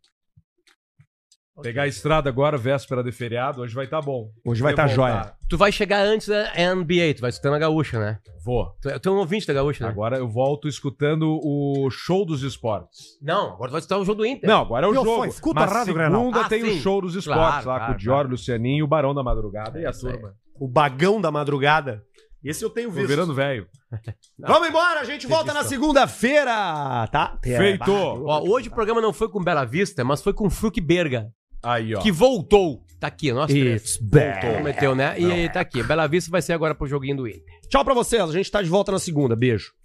B: Pegar a estrada agora, véspera de feriado, hoje vai estar bom.
A: Hoje vai estar jóia.
D: Tu vai chegar antes da NBA, tu vai escutando a Gaúcha, né?
B: Vou.
D: Tu é um ouvinte da Gaúcha, né?
B: Agora eu volto escutando o show dos esportes.
D: Não, agora tu vai escutar o jogo do Inter.
B: Não, agora é o
A: Eu
B: jogo.
A: fui, escuta
B: Mas
A: a Rádio Grenal.
B: segunda
D: Ah,
B: tem
D: sim.
B: o show dos esportes
D: Claro,
B: lá
D: claro,
B: com o Dior, Lucianinho e o Barão da Madrugada e a
D: isso aí.
B: turma.
A: O bagão da madrugada. Esse eu tenho
B: Tô
A: visto.
B: virando velho.
A: Vamos embora, a gente volta na segunda-feira, tá?
B: Feito.
D: Ó, hoje o programa não foi com Bela Vista, mas foi com Fruc Berga.
B: Aí, ó.
D: Que voltou. Tá aqui, nós três.
A: It's back.
D: Voltou, prometeu, né? E aí tá aqui. Bela Vista vai ser agora pro joguinho do Inter.
A: Tchau pra vocês, a gente tá de volta na segunda. Beijo.